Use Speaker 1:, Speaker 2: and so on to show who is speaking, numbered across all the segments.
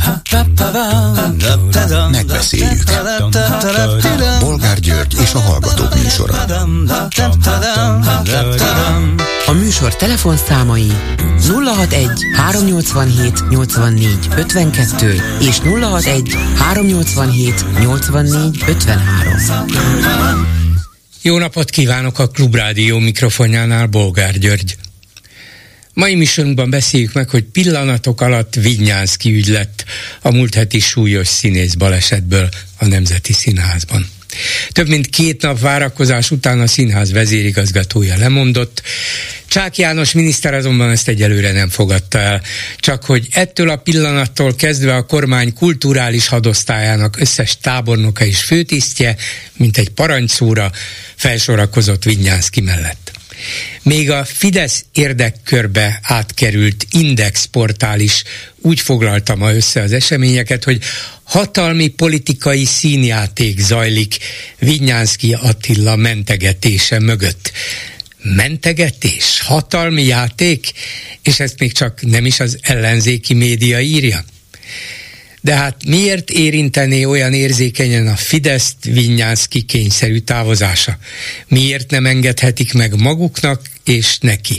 Speaker 1: Megbeszéljük. Bolgár György és a Hallgatók műsora.
Speaker 2: A műsor telefonszámai 061 387 84 52 és 061 387 84 53.
Speaker 3: Jó napot kívánok, a Klubrádió mikrofonjánál Bolgár György. Mai műsorunkban beszéljük meg, hogy pillanatok alatt Vidnyánszky ügy lett a múlt heti súlyos színész balesetből a Nemzeti Színházban. Több mint 2 nap várakozás után a színház vezérigazgatója lemondott. Csák János miniszter azonban ezt egyelőre nem fogadta el, csak hogy ettől a pillanattól kezdve a kormány kulturális hadosztályának összes tábornoka és főtisztje, mint egy parancsszóra, felsorakozott Vidnyánszky mellett. Még a Fidesz érdekkörbe átkerült Index portál is úgy foglalta ma össze az eseményeket, hogy hatalmi politikai színjáték zajlik Vidnyánszky Attila mentegetése mögött. Mentegetés? Hatalmi játék? És ezt még csak nem is az ellenzéki média írja? De hát miért érintené olyan érzékenyen a Fideszt Vidnyánszky kényszerű távozása? Miért nem engedhetik meg maguknak és neki?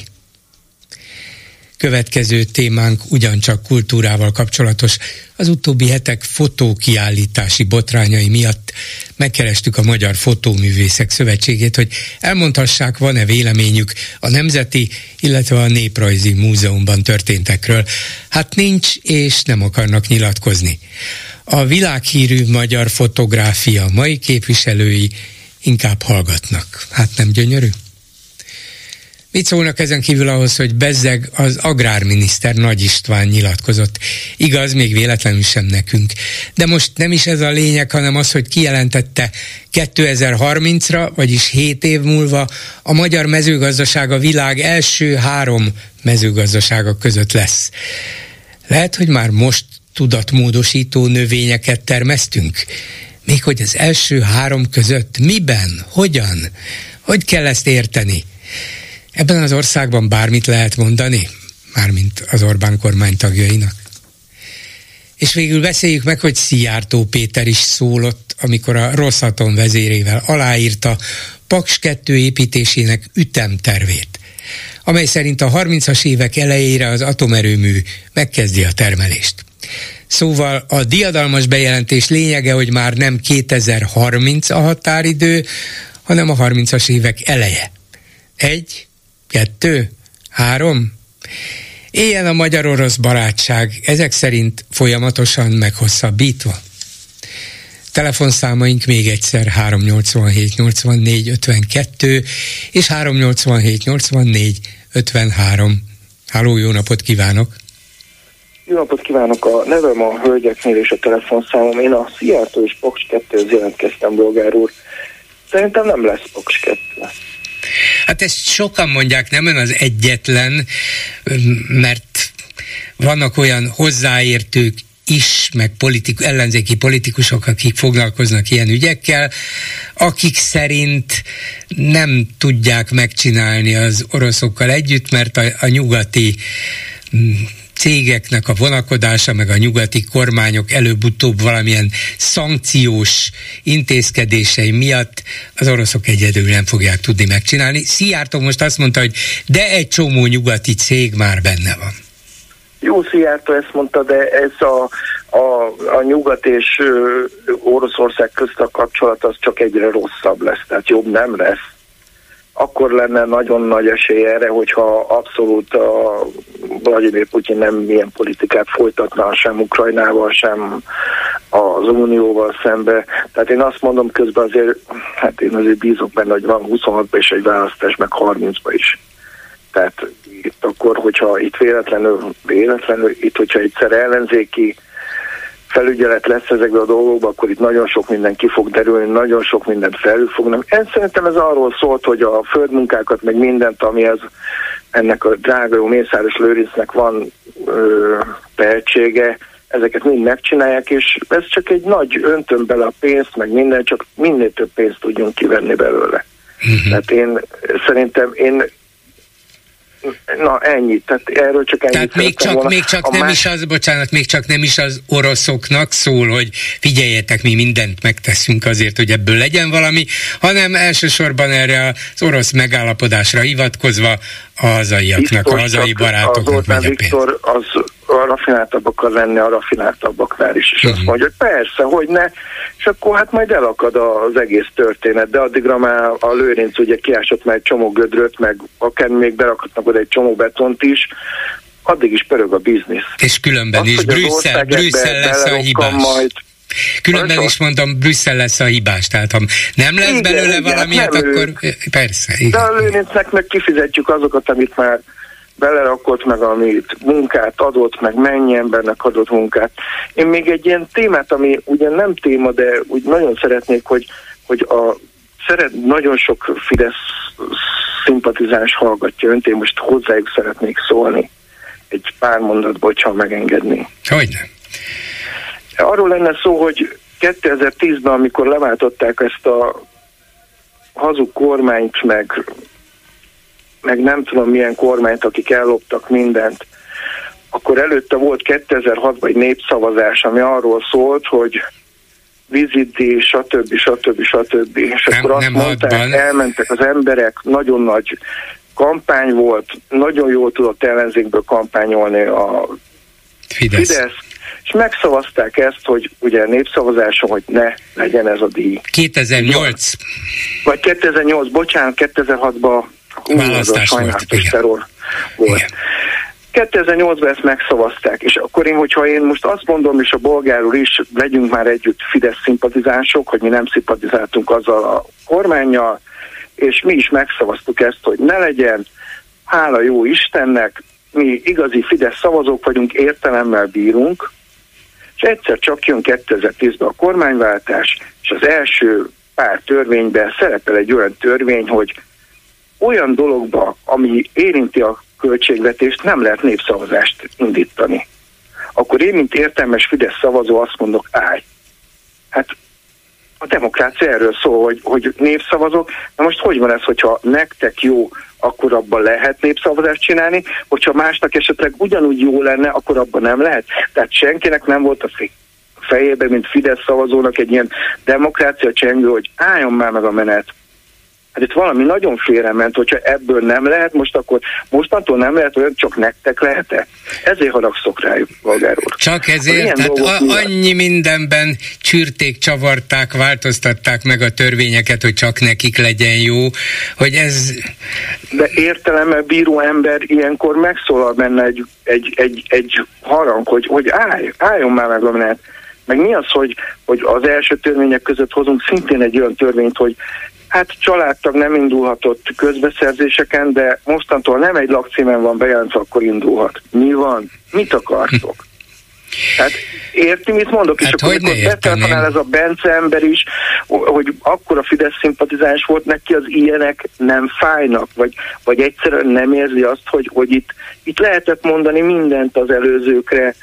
Speaker 3: Következő témánk ugyancsak kultúrával kapcsolatos. Az utóbbi hetek fotókiállítási botrányai miatt megkerestük a Magyar Fotóművészek Szövetségét, hogy elmondhassák, van-e véleményük a Nemzeti, illetve a Néprajzi Múzeumban történtekről. Hát nincs, és nem akarnak nyilatkozni. A világhírű magyar fotográfia mai képviselői inkább hallgatnak. Hát nem gyönyörű? Mit szólnak ezen kívül ahhoz, hogy bezzeg az agrárminiszter Nagy István nyilatkozott? Igaz, még véletlenül sem nekünk. De most nem is ez a lényeg, hanem az, hogy kijelentette 2030-ra, vagyis 7 év múlva a magyar mezőgazdaság a világ első 3 mezőgazdasága között lesz. Lehet, hogy már most tudatmódosító növényeket termesztünk? Még hogy az első 3 között miben, hogyan? Hogy kell ezt érteni? Ebben az országban bármit lehet mondani, mármint az Orbán kormány tagjainak. És végül beszéljük meg, hogy Szijjártó Péter is szólott, amikor a Rosatom vezérével aláírta Paks 2 építésének ütemtervét, amely szerint a 30-as évek elejére az atomerőmű megkezdi a termelést. Szóval a diadalmas bejelentés lényege, hogy már nem 2030 a határidő, hanem a 30-as évek eleje. 1, 2, 3. Éljen a magyar-orosz barátság, ezek szerint folyamatosan meghosszabbítva. Telefonszámaink még egyszer 387 84 52 és 387 84 53. Halló, jó napot kívánok!
Speaker 4: Jó napot kívánok! A nevem a hölgyeknél és a telefonszámom. Én a Szijjártó és Paks 2-höz jelentkeztem, Bolgár úr. Szerintem nem lesz Paks 2.
Speaker 3: Hát ezt sokan mondják, nem ön az egyetlen, mert vannak olyan hozzáértők is, meg ellenzéki politikusok, akik foglalkoznak ilyen ügyekkel, akik szerint nem tudják megcsinálni az oroszokkal együtt, mert a nyugati cégeknek a vonakodása, meg a nyugati kormányok előbb-utóbb valamilyen szankciós intézkedései miatt az oroszok egyedül nem fogják tudni megcsinálni. Szijjártó most azt mondta, hogy de egy csomó nyugati cég már benne van.
Speaker 4: Jó, Szijjártó ezt mondta, de ez a nyugat és Oroszország közt a kapcsolat az csak egyre rosszabb lesz, tehát jobb nem lesz. Akkor lenne nagyon nagy esély erre, hogyha abszolút a Vladimir Putyin nem milyen politikát folytatna sem Ukrajnával, sem az Unióval szembe. Tehát én azt mondom közben azért, hát én azért bízok benne, hogy van 26-ban is egy választás, meg 30-ban is. Tehát itt akkor, hogyha itt véletlenül itt, hogyha egyszer ellenzéki felügyelet lesz ezekben a dolgokban, akkor itt nagyon sok minden ki fog derülni, nagyon sok mindent felül fognak. Én szerintem ez arról szólt, hogy a földmunkákat, meg mindent, amihez ennek a drága jó Mészáros Lőrincnek van tehetsége, ezeket mind megcsinálják, és ez csak egy nagy öntön bele a pénzt, meg minden, csak minél több pénzt tudjunk kivenni belőle. Tehát én Na ennyi, tehát erről csak ennyit.
Speaker 3: Tehát még csak nem is az oroszoknak szól, hogy figyeljetek, mi mindent megteszünk azért, hogy ebből legyen valami, hanem elsősorban erre az orosz megállapodásra hivatkozva a hazaiaknak, a hazai barátoknak megy a pénz. Viktor
Speaker 4: az a rafináltabb akar lenni a rafináltabbaknál is, és azt mondja, hogy persze, hogy ne, és akkor hát majd elakad az egész történet, de addigra már a Lőrinc ugye kiásott már egy csomó gödröt, meg akár még berakhatnak oda egy csomó betont is, addig is pörög a biznisz.
Speaker 3: És különben azt, is Brüsszel lesz a hibás. Különben is mondom, Brüsszel lesz a hibás, tehát ha nem lesz belőle valami, akkor persze. Igen.
Speaker 4: De a Lőrincnek meg kifizetjük azokat, amit már belerakott, meg amit munkát adott, meg mennyi embernek adott munkát. Én még egy ilyen témát, ami ugyan nem téma, de úgy nagyon szeretnék, hogy nagyon sok Fidesz szimpatizáns hallgatja önt, én most hozzájuk szeretnék szólni. Egy pár mondatból, ha megengedni.
Speaker 3: Hogyne.
Speaker 4: Arról lenne szó, hogy 2010-ben, amikor leváltották ezt a hazug kormányt, meg nem tudom milyen kormányt, akik elloptak mindent, akkor előtte volt 2006-ban egy népszavazás, ami arról szólt, hogy vizidi, stb. És akkor azt mondták, elmentek az emberek, nagyon nagy kampány volt, nagyon jól tudott ellenzékből kampányolni a Fidesz, és megszavazták ezt, hogy ugye népszavazáson, hogy ne legyen ez a díj.
Speaker 3: 2008.
Speaker 4: Vagy 2008, bocsánat, 2006-ban
Speaker 3: választás volt.
Speaker 4: Igen. 2008-ban ezt megszavazták, és akkor hogyha én most azt mondom, és a bolgárul is, legyünk már együtt Fidesz szimpatizánsok, hogy mi nem szimpatizáltunk azzal a kormánnyal, és mi is megszavaztuk ezt, hogy ne legyen, hála jó Istennek, mi igazi Fidesz szavazók vagyunk, értelemmel bírunk, és egyszer csak jön 2010-ben a kormányváltás, és az első pár törvényben szerepel egy olyan törvény, hogy olyan dologba, ami érinti a költségvetést, nem lehet népszavazást indítani. Akkor én, mint értelmes Fidesz szavazó azt mondok, állj. Hát a demokrácia erről szól, hogy népszavazók. Na most hogy van ez, hogyha nektek jó, akkor abban lehet népszavazást csinálni, hogyha másnak esetleg ugyanúgy jó lenne, akkor abban nem lehet. Tehát senkinek nem volt a fejében, mint Fidesz szavazónak egy ilyen demokrácia csengő, hogy álljon már meg a menet. Hát itt valami nagyon félrement, hogyha ebből nem lehet, most akkor mostantól nem lehet, olyan csak nektek lehet-e? Ezért haragszok rájuk, Bolgár úr.
Speaker 3: Csak ezért, tehát annyi mindenben csűrték, csavarták, változtatták meg a törvényeket, hogy csak nekik legyen jó, hogy ez...
Speaker 4: De értelemmel bíró ember ilyenkor megszólal benne egy harang, hogy álljon már meg a menet. Meg mi az, hogy az első törvények között hozunk szintén egy olyan törvényt, hogy hát családtag nem indulhatott közbeszerzéseken, de mostantól nem egy lakcímen van bejelentve, akkor indulhat. Mi van? Mit akartok? Hát érti, mit mondok?
Speaker 3: Hát
Speaker 4: és akkor betelefonál ez a Bence ember is, hogy akkor a Fidesz szimpatizáns volt, neki az ilyenek nem fájnak, vagy egyszerűen nem érzi azt, hogy itt lehetett mondani mindent az előzőkre.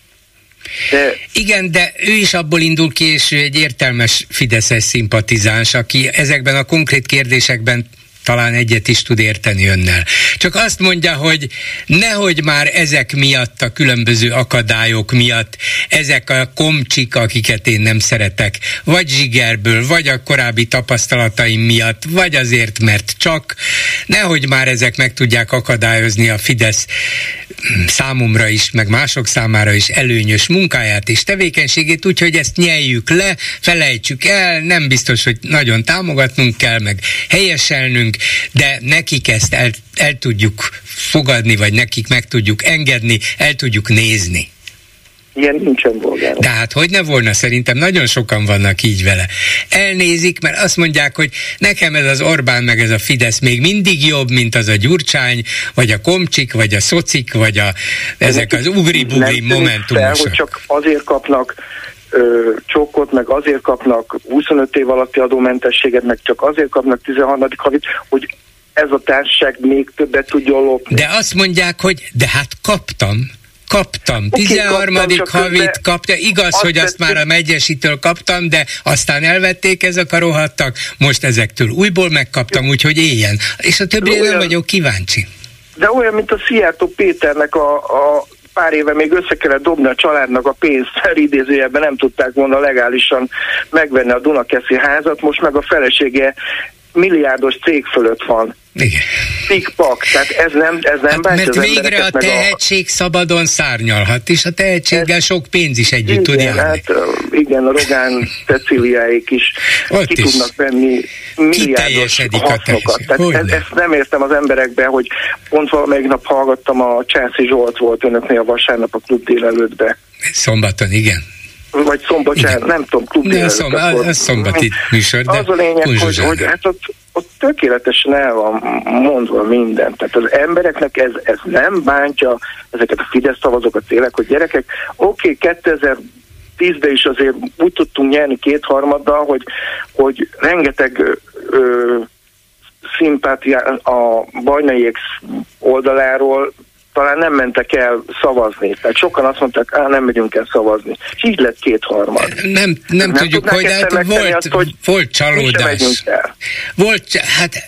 Speaker 3: Igen, de ő is abból indul ki, és ő egy értelmes fideszes szimpatizáns, aki ezekben a konkrét kérdésekben talán egyet is tud érteni önnel. Csak azt mondja, hogy nehogy már ezek miatt, a különböző akadályok miatt, ezek a komcsik, akiket én nem szeretek, vagy zsigerből, vagy a korábbi tapasztalataim miatt, vagy azért, mert csak, nehogy már ezek meg tudják akadályozni a Fidesz számomra is, meg mások számára is előnyös munkáját és tevékenységét, úgyhogy ezt nyeljük le, felejtsük el, nem biztos, hogy nagyon támogatnunk kell, meg helyeselnünk, de nekik ezt el tudjuk fogadni, vagy nekik meg tudjuk engedni, el tudjuk nézni.
Speaker 4: Ilyen nincsen Bolgár.
Speaker 3: De hát hogy ne volna, szerintem nagyon sokan vannak így vele. Elnézik, mert azt mondják, hogy nekem ez az Orbán meg ez a Fidesz még mindig jobb, mint az a Gyurcsány, vagy a komcsik, vagy a szocik, vagy ezek az ugri-bugri momentumosok.
Speaker 4: Hogy csak azért kapnak csókot, meg azért kapnak 25 év alatti adómentességet, meg csak azért kapnak 13. havit, hogy ez a társaság még többet tudjon lopni.
Speaker 3: De azt mondják, hogy de hát kaptam, 13. havit kapta, igaz, hogy azt már a Megyesitől kaptam, de aztán elvették ezek a rohadtak, most ezektől újból megkaptam, úgyhogy éljen. És a többire nem vagyok kíváncsi.
Speaker 4: de olyan, mint a Szijjártó Péternek a pár éve még össze kellett dobni a családnak a pénzt, idézőjelben nem tudták volna legálisan megvenni a Dunakeszi házat, most meg a felesége milliárdos cég fölött van.
Speaker 3: Igen.
Speaker 4: Pikpak, tehát ez nem bántja
Speaker 3: mert
Speaker 4: az
Speaker 3: végre a tehetség szabadon szárnyalhat, és a tehetséggel sok pénz is együtt tud járni.
Speaker 4: Hát, igen, a Rogán Cecíliáik is ki tudnak venni milliárdos hasznokat. Tehát ezt nem értem az emberekben, hogy pont valamelyik nap hallgattam, a Császi Zsolt volt önöknél a vasárnap a klub délelőttbe.
Speaker 3: Szombaton, igen.
Speaker 4: Vagy szombaton, nem tudom, klub délelőtt.
Speaker 3: Ez szombati műsor, de
Speaker 4: az a lényeg, hogy hát ott tökéletesen el van mondva minden. Tehát az embereknek ez nem bántja ezeket a Fidesz szavazókat tényleg, hogy gyerekek, oké, 2010-ben is azért úgy tudtunk nyerni 2/3, hogy rengeteg szimpátia a Bajnaiék oldaláról talán nem mentek el szavazni. Tehát sokan azt mondták, nem megyünk el szavazni. És így lett 2/3.
Speaker 3: Nem tudjuk, hogy volt csalódás. Volt, hát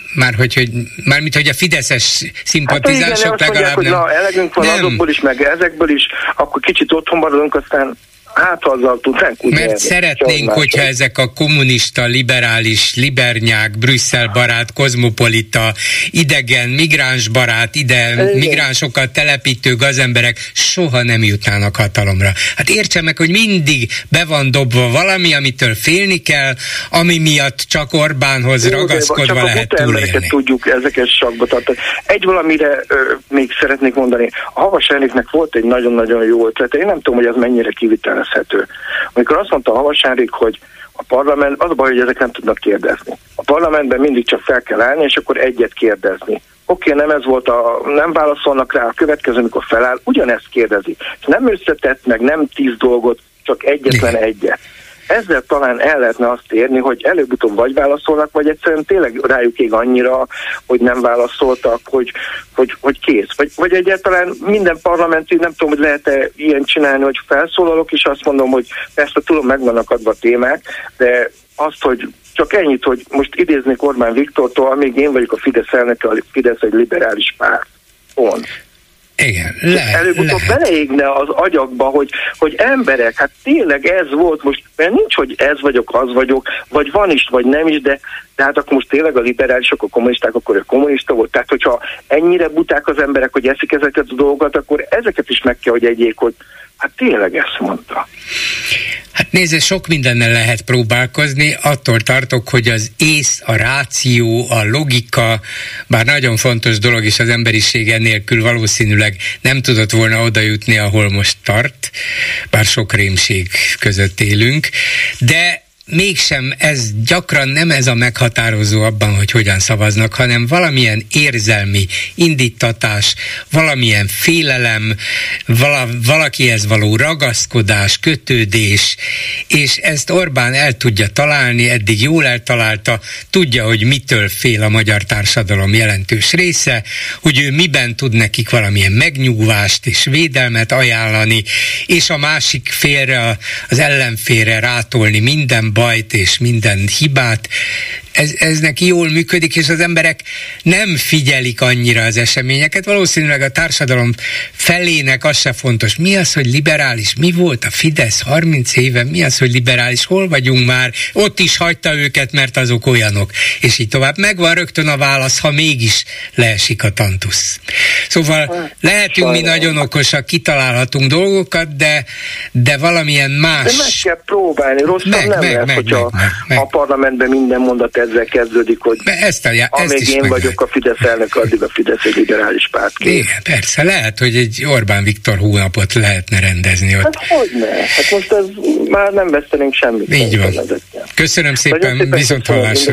Speaker 3: mármint, hogy a fideszes szimpatizások legalább
Speaker 4: mondják,
Speaker 3: nem.
Speaker 4: Hogy elegünk van azokból is, meg ezekből is, akkor kicsit otthon maradunk, aztán hát azzal tudnánk úgy.
Speaker 3: Mert szeretnénk, hogyha ezek a kommunista, liberális, libernyák, Brüsszel-barát, kozmopolita, idegen, migránsbarát, migránsokat telepítő gazemberek soha nem jutnának hatalomra. Hát értse meg, hogy mindig be van dobva valami, amitől félni kell, ami miatt csak Orbánhoz ragaszkodva lehet túlélni.
Speaker 4: Tudjuk ezeket sakba tartani. Egy valamire még szeretnék mondani. A Havas Henriknek volt egy nagyon-nagyon jó ötlete. Én nem tudom, hogy ez mennyire kivitelezhető. Amikor azt mondta Havas Henrik, hogy a parlament, az a baj, hogy ezek nem tudnak kérdezni. A parlamentben mindig csak fel kell állni, és akkor egyet kérdezni. Oké, nem ez volt, nem válaszolnak rá, a következő, amikor feláll, ugyanezt kérdezi. Nem összetett meg, nem 10 dolgot, csak egyetlen egyet. Ezzel talán el lehetne azt érni, hogy előbb-utóbb vagy válaszolnak, vagy egyszerűen tényleg rájuk ég annyira, hogy nem válaszoltak, hogy kész. Vagy egyáltalán minden parlamenti, nem tudom, hogy lehet-e ilyen csinálni, hogy felszólalok, és azt mondom, hogy persze tudom, meg vannak adva témák, de azt, hogy csak ennyit, hogy most idéznék Orbán Viktortól, amíg én vagyok a Fidesz elnöke, a Fidesz egy liberális párt. Pont.
Speaker 3: Igen,
Speaker 4: előbb-utóbb beleégne az agyakba, hogy emberek, hát tényleg ez volt most, mert nincs, hogy ez vagyok, az vagyok, vagy van is, vagy nem is, de hát akkor most tényleg a liberálisok, a kommunisták, akkor ő kommunista volt. Tehát, hogyha ennyire buták az emberek, hogy eszik ezeket a dolgokat, akkor ezeket is meg kell, hogy egyék, hogy hát tényleg ezt mondta.
Speaker 3: Hát nézd, sok mindennel lehet próbálkozni, attól tartok, hogy az ész, a ráció, a logika, bár nagyon fontos dolog, és az emberiség ennélkül valószínűleg nem tudott volna oda jutni, ahol most tart, bár sok rémség között élünk, de mégsem ez gyakran nem ez a meghatározó abban, hogy hogyan szavaznak, hanem valamilyen érzelmi indítatás, valamilyen félelem, valakihez való ragaszkodás, kötődés, és ezt Orbán el tudja találni, eddig jól eltalálta, tudja, hogy mitől fél a magyar társadalom jelentős része, hogy ő miben tud nekik valamilyen megnyugvást és védelmet ajánlani, és a másik félre, az ellenfélre rátolni minden bajt és minden hibát. Ez neki jól működik, és az emberek nem figyelik annyira az eseményeket. Valószínűleg a társadalom felének az se fontos. Mi az, hogy liberális? Mi volt a Fidesz 30 éve? Mi az, hogy liberális? Hol vagyunk már? Ott is hagyta őket, mert azok olyanok. És így tovább. Megvan rögtön a válasz, ha mégis leesik a tantusz. Szóval lehetünk mi nagyon okosak, kitalálhatunk dolgokat, de valamilyen más...
Speaker 4: De meg kell próbálni. Rosszabb nem lesz, hogyha a parlamentben minden mondat ezzel kezdődik, hogy amíg én vagyok a Fidesz elnök, addig a Fidesz egy liberális párt.
Speaker 3: Igen, persze, lehet, hogy egy Orbán Viktor hónapot lehetne rendezni ott.
Speaker 4: Hát hogyne, hát most ez már nem vesztenénk semmit.
Speaker 3: Így van. Köszönöm szépen, viszonthallásra.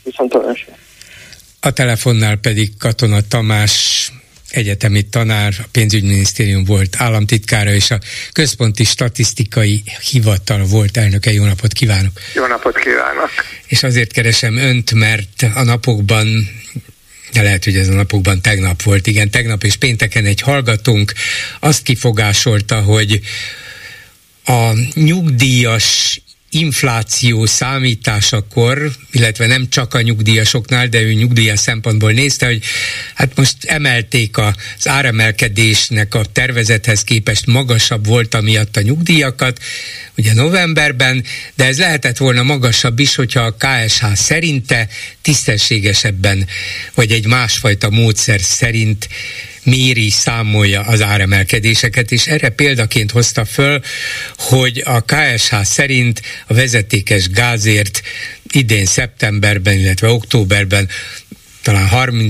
Speaker 3: A telefonnál pedig Katona Tamás, egyetemi tanár, a pénzügyminisztérium volt államtitkára, és a Központi Statisztikai Hivatal volt elnöke. Jó napot kívánok!
Speaker 5: Jó napot kívánok!
Speaker 3: És azért keresem önt, mert a napokban, de lehet, hogy ez a napokban tegnap volt, igen, tegnap és pénteken egy hallgatónk azt kifogásolta, hogy a nyugdíjas infláció számításakor, illetve nem csak a nyugdíjasoknál, de ő nyugdíjas szempontból nézte, hogy hát most emelték az áremelkedésnek a tervezethez képest magasabb volt amiatt a nyugdíjakat, ugye novemberben, de ez lehetett volna magasabb is, hogyha a KSH szerinte tisztességesebben, vagy egy másfajta módszer szerint méri, számolja az áremelkedéseket, és erre példaként hozta föl, hogy a KSH szerint a vezetékes gázért idén szeptemberben, illetve októberben talán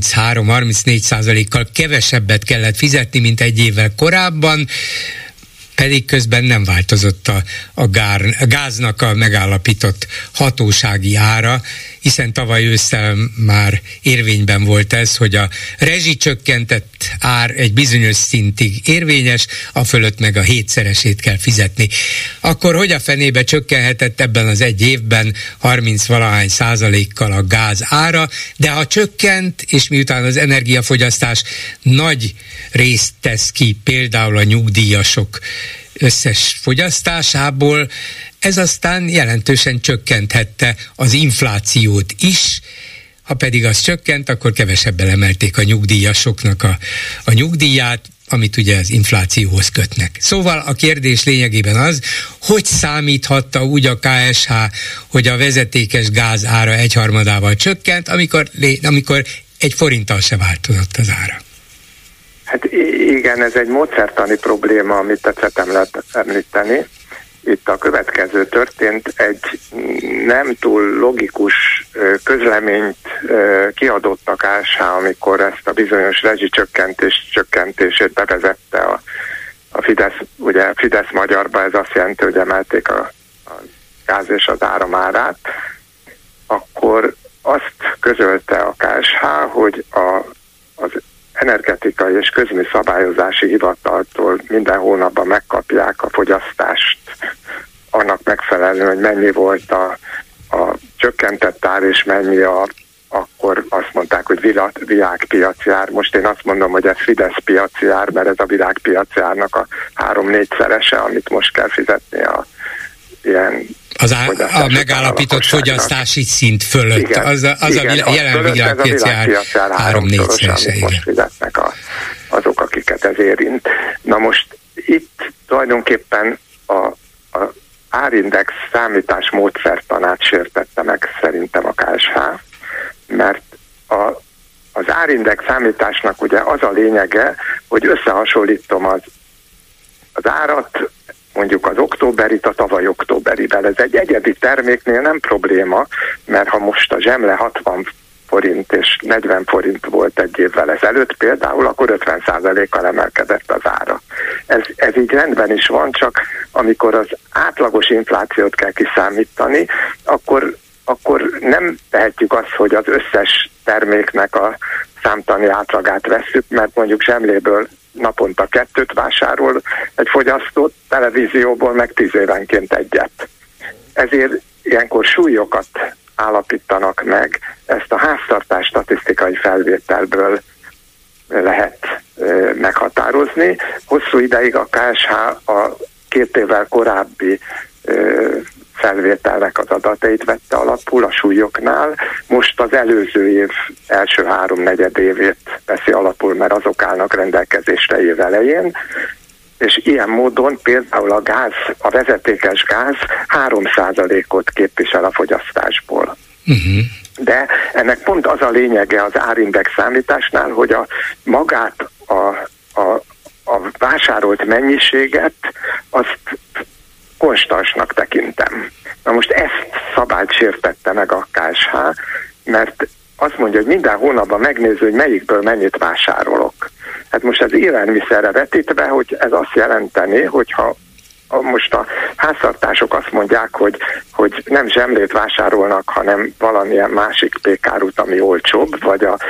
Speaker 3: 33-34%-kal kevesebbet kellett fizetni, mint egy évvel korábban, pedig közben nem változott a gáznak a megállapított hatósági ára, hiszen tavaly ősszel már érvényben volt ez, hogy a rezsicsökkentett ár egy bizonyos szintig érvényes, a fölött meg a 7-szeresét kell fizetni. Akkor hogy a fenébe csökkenhetett ebben az egy évben 30-valahány% a gáz ára, de ha csökkent, és miután az energiafogyasztás nagy részt tesz ki például a nyugdíjasok összes fogyasztásából, ez aztán jelentősen csökkenthette az inflációt is, ha pedig az csökkent, akkor kevesebben emelték a nyugdíjasoknak a nyugdíját, amit ugye az inflációhoz kötnek. Szóval a kérdés lényegében az, hogy számíthatta úgy a KSH, hogy a vezetékes gáz ára 1/3 csökkent, amikor egy forinttal se változott az ára.
Speaker 5: Hát igen, ez egy módszertani probléma, amit tetszettem lehet említeni. Itt a következő történt, egy nem túl logikus közleményt kiadott a KSH, amikor ezt a bizonyos rezsicsökkentését bevezette a Fidesz. Ugye Fidesz magyarban ez azt jelenti, hogy emelték a gáz és az áram árát. Akkor azt közölte a KSH, hogy az Energetikai és Közműszabályozási Hivataltól minden hónapban megkapják a fogyasztást annak megfelelően, hogy mennyi volt a csökkentett ár és mennyi akkor azt mondták, hogy világpiaci ár. Most én azt mondom, hogy ez Fidesz piaci ár, mert ez a világpiaci árnak a 3-4-szerese, amit most kell fizetni ilyen
Speaker 3: a megállapított fogyasztási szint fölött. Igen, az a jelen világpiaci ár 3-4-szerese.
Speaker 5: Amit most fizetnek azok, akiket ez érint. Na most itt tulajdonképpen az árindex számítás módszertanát sértette meg szerintem a KSH, mert az árindex számításnak ugye az a lényege, hogy összehasonlítom az árat, mondjuk az októberit a tavaly októberivel. Ez egy egyedi terméknél nem probléma, mert ha most a zsemle 60 forint és 40 forint volt egy évvel ezelőtt például, akkor 50%-kal emelkedett az ára. Ez így rendben is van, csak amikor az átlagos inflációt kell kiszámítani, akkor nem tehetjük azt, hogy az összes terméknek a számtani átlagát vesszük, mert mondjuk zsemléből naponta 2 vásárol egy fogyasztó, televízióból meg 10 évenként 1. Ezért ilyenkor súlyokat állapítanak meg, ezt a háztartás statisztikai felvételből lehet meghatározni. Hosszú ideig a KSH a 2 évvel korábbi felvételnek az adatait vette alapul a súlyoknál, most az előző év első 3-4 évét veszi alapul, mert azok állnak rendelkezésre év elején, és ilyen módon például a vezetékes gáz 3%-ot képvisel a fogyasztásból. Uh-huh. De ennek pont az a lényege az árindex számításnál, hogy magát a vásárolt mennyiséget azt konstansnak tekintem. Na most ezt szabályt sértette meg a KSH, mert azt mondja, hogy minden hónapban megnéző, hogy melyikből mennyit vásárolok. Hát most az élelmiszerre vetítve, hogy ez azt jelenteni, hogyha most a háztartások azt mondják, hogy nem zsemlét vásárolnak, hanem valamilyen másik pékárút, ami olcsóbb, vagy a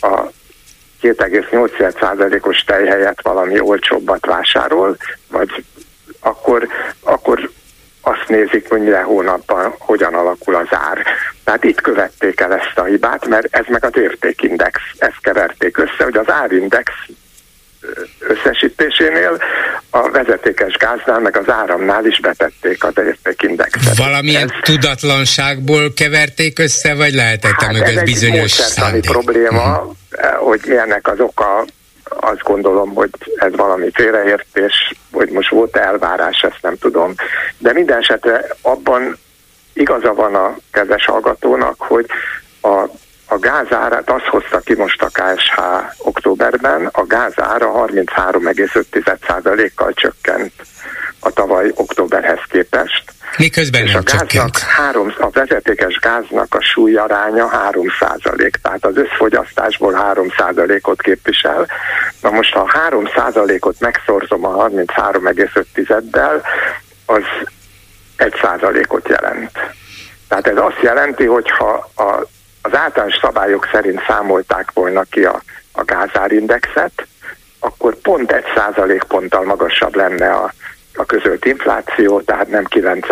Speaker 5: 2,8%-os tej helyett valami olcsóbbat vásárol, vagy akkor azt nézik, hogy minden hónapban hogyan alakul az ár. Tehát itt követték el ezt a hibát, mert ez meg az értékindex, ezt keverték össze, hogy az árindex összesítésénél, a vezetékes gáznál, meg az áramnál is betették az értékindexet.
Speaker 3: Valamilyen tudatlanságból keverték össze, vagy lehetett mögött bizonyos szándék?
Speaker 5: Ez egy probléma, hogy milyennek az oka, azt gondolom, hogy ez valami félreértés, hogy most volt elvárás, ezt nem tudom. De minden esetre abban igaza van a kedves hallgatónak, hogy a gázárat azt hozta ki most a KSH októberben, a gázára 33,5%-kal csökkent a tavaly októberhez képest.
Speaker 3: Miközben
Speaker 5: és
Speaker 3: nem
Speaker 5: a gáznak a vezetékes gáznak a súlyaránya 3%, tehát az összfogyasztásból 3%-ot képvisel. Na most ha 3%-ot megszorzom a 33,5-del, az 1%-ot jelent. Tehát ez azt jelenti, hogy ha az általános szabályok szerint számolták volna ki a gázárindexet, akkor pont 1% ponttal magasabb lenne a közölt infláció, tehát nem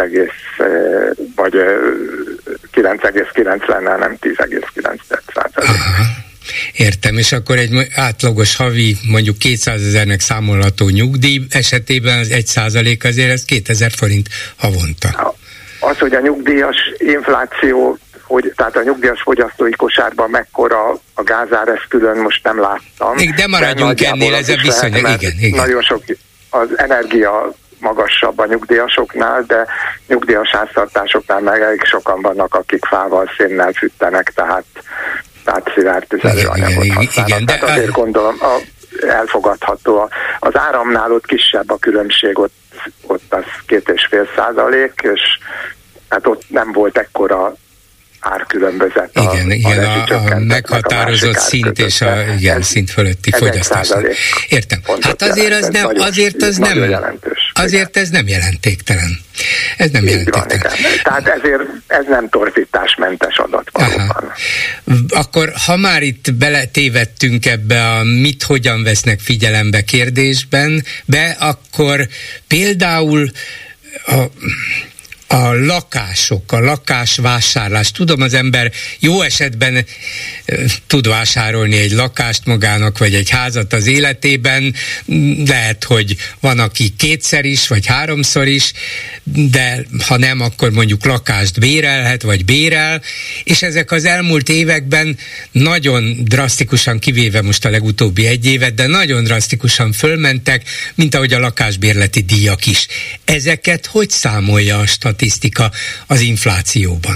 Speaker 5: 9,9 lenne, nem 10,9%.
Speaker 3: Értem, és akkor egy átlagos havi, mondjuk 200 000-nek számolható nyugdíj esetében az 1% azért ez 2000 forint havonta.
Speaker 5: Az, hogy a nyugdíjas infláció, tehát a nyugdíjas fogyasztói kosárban mekkora a gázár, ezt külön most nem láttam.
Speaker 3: De maradjunk ennél, ez a viszony, igen.
Speaker 5: Nagyon sok, az energia magasabb a nyugdíjasoknál, de nyugdíjas háztartásoknál meg elég sokan vannak, akik fával, szénnel fűtenek, tehát szilárd tüzelőanyagot használnak. Tehát azért gondolom, elfogadható. Az áramnál ott kisebb a különbség, ott az 2,5%, és hát ott nem volt ekkora árkülönbözet.
Speaker 3: A meghatározott szint és a szint fölötti fogyasztás. Értem. Hát azért ez nem jelentéktelen. Ez nem jelentéktelen.
Speaker 5: Tehát ezért ez nem torzításmentes adat valóban.
Speaker 3: Akkor, ha már itt beletévedtünk ebbe a mit hogyan vesznek figyelembe kérdésben, akkor például a lakások, a lakásvásárlás. Tudom, az ember jó esetben tud vásárolni egy lakást magának, vagy egy házat az életében. Lehet, hogy van, aki kétszer is, vagy háromszor is, de ha nem, akkor mondjuk lakást bérelhet, vagy bérel, és ezek az elmúlt években nagyon drasztikusan, kivéve most a legutóbbi egy évet, de nagyon drasztikusan fölmentek, mint ahogy a lakásbérleti díjak is. Ezeket hogy számolja a statisztika az inflációban?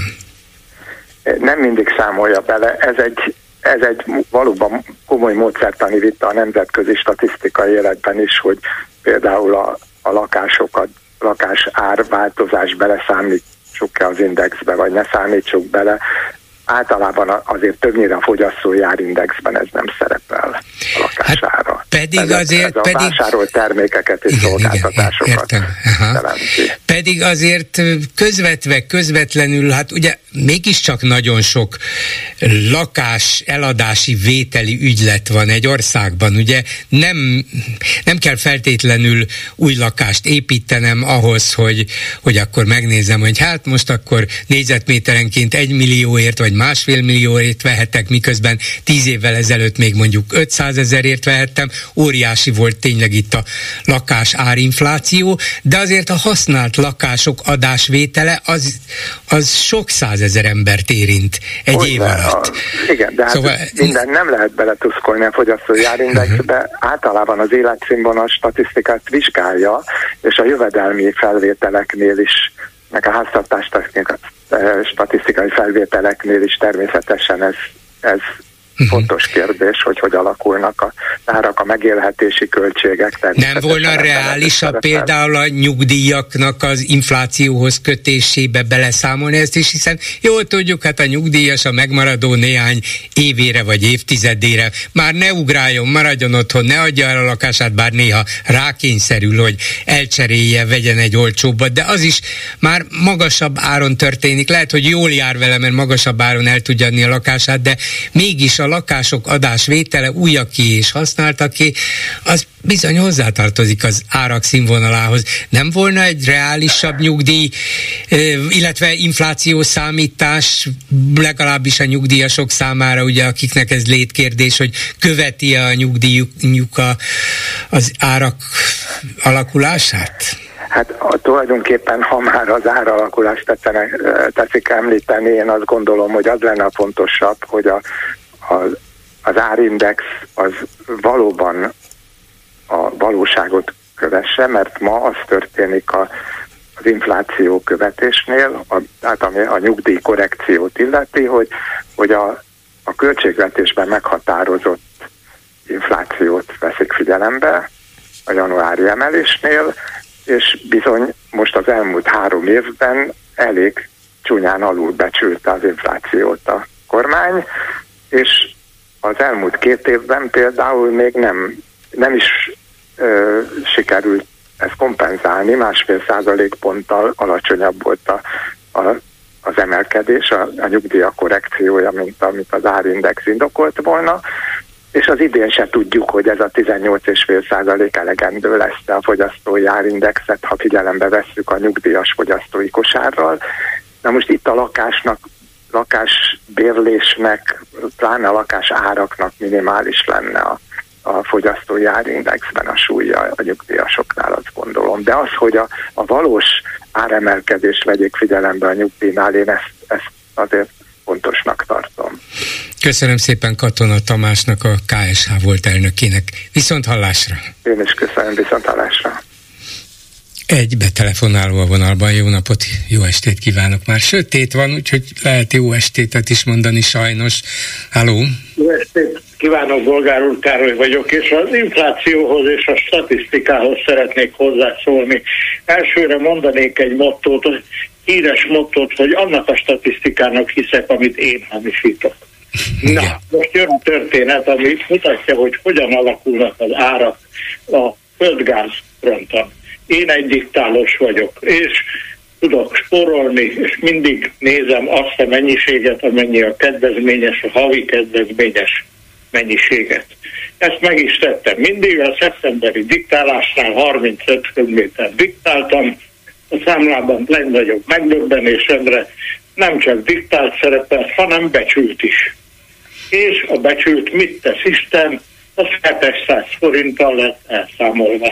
Speaker 5: Nem mindig számolja bele. Ez egy valóban komoly módszertani vita a nemzetközi statisztikai életben is, hogy például a lakás árváltozás beleszámítsuk-e az indexbe, vagy ne számítsuk bele. Általában azért többnyire a fogyasztói árindexben ez nem szerepel a lakására.
Speaker 3: Hát pedig
Speaker 5: ez a vásárolt termékeket és szolgáltatásokat jelenti.
Speaker 3: Pedig azért közvetlenül, hát ugye mégiscsak nagyon sok lakás eladási vételi ügylet van egy országban, ugye nem kell feltétlenül új lakást építenem ahhoz, hogy akkor megnézem, hogy hát most akkor négyzetméterenként 1 millióért vagy 1,5 millióért vehetek, miközben 10 évvel ezelőtt még mondjuk 500 000-ért vehettem. Óriási volt tényleg itt a lakás árinfláció, de azért a használt lakások adásvétele az sok 100 000 embert érint egy év alatt.
Speaker 5: Igen, de szóval minden nem lehet beletuszkolni a fogyasztói árindexbe. Általában az életszínvonal statisztikát vizsgálja, és a jövedelmi felvételeknél is, meg a háztartás statisztikai felvételeknél is természetesen ez fontos kérdés, hogy alakulnak a árak, a megélhetési költségek.
Speaker 3: Nem volna reálisabb például a nyugdíjaknak az inflációhoz kötésébe beleszámolni ezt is, hiszen jól tudjuk, hát a nyugdíjas a megmaradó néhány évére vagy évtizedére már ne ugráljon, maradjon otthon, ne adja el a lakását, bár néha rákényszerül, hogy elcserélje, vegyen egy olcsóbbat, de az is már magasabb áron történik. Lehet, hogy jól jár vele, mert magasabb áron el tudja adni a lakását, de mégis a lakások adásvétele, újaké és használtaké, az bizony hozzátartozik az árak színvonalához. Nem volna egy reálisabb nyugdíj illetve inflációszámítás, legalábbis a nyugdíjasok számára, ugye, akiknek ez létkérdés, hogy követi a nyugdíjuk az árak alakulását? Hát
Speaker 5: tulajdonképpen, ha már az áralakulást teszik említeni, én azt gondolom, hogy az lenne a fontosabb, hogy az árindex az valóban a valóságot kövesse, mert ma az történik az infláció követésnél, tehát ami a nyugdíjkorrekciót illeti, hogy a költségvetésben meghatározott inflációt veszik figyelembe a januári emelésnél, és bizony most az elmúlt 3 évben elég csúnyán alulbecsülte az inflációt a kormány, és az elmúlt 2 évben például még nem is sikerült ezt kompenzálni, 1,5%-ponttal alacsonyabb volt az emelkedés, a nyugdíjak korrekciója, mint amit az árindex indokolt volna, és az idén se tudjuk, hogy ez a 18,5% elegendő lesz a fogyasztói árindexet, ha figyelembe vesszük a nyugdíjas fogyasztói kosárral. Na most itt a lakásbérlésnek, pláne a lakás áraknak minimális lenne a fogyasztói árindexben a súlya a nyugdíjasoknál, azt gondolom. De az, hogy a valós áremelkedést vegyék figyelembe a nyugdíjnál, én ezt azért fontosnak tartom.
Speaker 3: Köszönöm szépen Katona Tamásnak, a KSH volt elnökének. Viszont hallásra!
Speaker 5: Én is köszönöm, viszont hallásra!
Speaker 3: Egy betelefonáló a vonalban, jó napot, jó estét kívánok! Már sötét van, úgyhogy lehet jó estétet is mondani sajnos. Halló!
Speaker 6: Jó estét kívánok, Bolgár úr, Károly vagyok, és az inflációhoz és a statisztikához szeretnék hozzászólni. Elsőre mondanék egy mottót, híres mottót, hogy annak a statisztikának hiszek, amit én hamisítok. Na, most jön a történet, ami mutatja, hogy hogyan alakulnak az árak a földgáz fronton. Én egy diktálós vagyok, és tudok spórolni, és mindig nézem azt a mennyiséget, amennyi a kedvezményes, a havi kedvezményes mennyiséget. Ezt meg is tettem. Mindig a szeptemberi diktálásnál 35 köbmétert diktáltam, a számlában legnagyobb megdöbbenésemre nem csak diktált szerepelt, hanem becsült is. És a becsült mit tesz Isten? Az 700 forinttal lett elszámolva.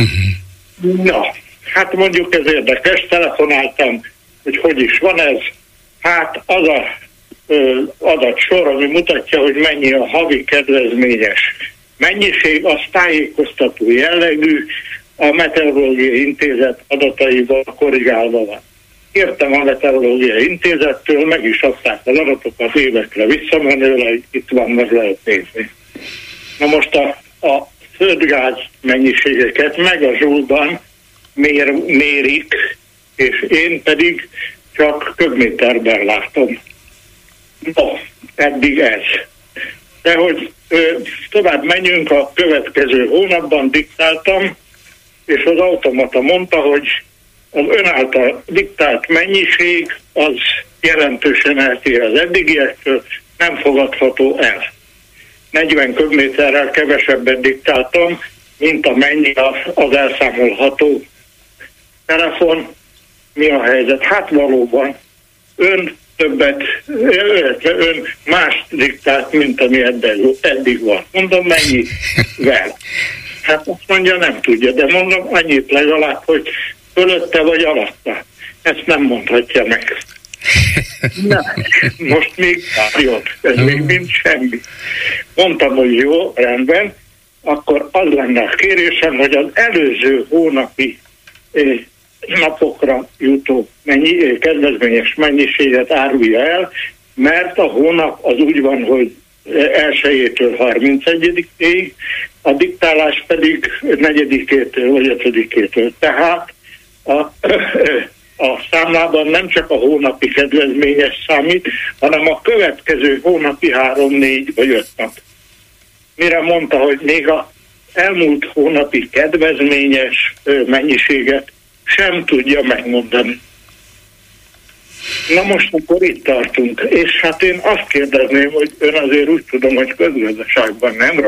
Speaker 6: Na, hát mondjuk ez érdekes, telefonáltam, hogy is van ez. Hát az a adatsor, ami mutatja, hogy mennyi a havi kedvezményes mennyiség, az tájékoztató jellegű, a Meteorológiai Intézet adataival korrigálva van. Kértem a Meteorológiai Intézettől, meg is adták az adatokat évekre visszamenőleg, itt van, meg lehet nézni. Na most a földgáz mennyiségeket meg a zsúlban mérik, és én pedig csak köbméterben látom. No, eddig ez. De hogy tovább menjünk, a következő hónapban diktáltam, és az automata mondta, hogy az ön által diktált mennyiség az jelentősen eltér az eddigiektől, nem fogadható el. 40 köbméterrel kevesebbet diktáltam, mint amennyi az elszámolható telefon. Mi a helyzet? Hát valóban ön más diktált, mint ami eddig van. Mondom, mennyivel? Hát azt mondja, nem tudja, de mondom, annyit legalább, hogy fölötte vagy alatta. Ezt nem mondhatja meg. Na, most még jött, ez még mind semmi. Mondtam, hogy jó, rendben, akkor az lenne a kérésem, hogy az előző hónapi napokra jutó kedvezményes mennyiséget árulja el, mert a hónap az úgy van, hogy 1-től 31-ig, a diktálás pedig 4-től vagy 5-től. Tehát a számlában nem csak a hónapi kedvezményes számít, hanem a következő hónapi 3, 4 vagy 5 nap. Mire mondta, hogy még az elmúlt hónapi kedvezményes mennyiséget sem tudja megmondani. Na most akkor itt tartunk. És hát én azt kérdezném, hogy ön azért úgy tudom, hogy közgazdaságban nem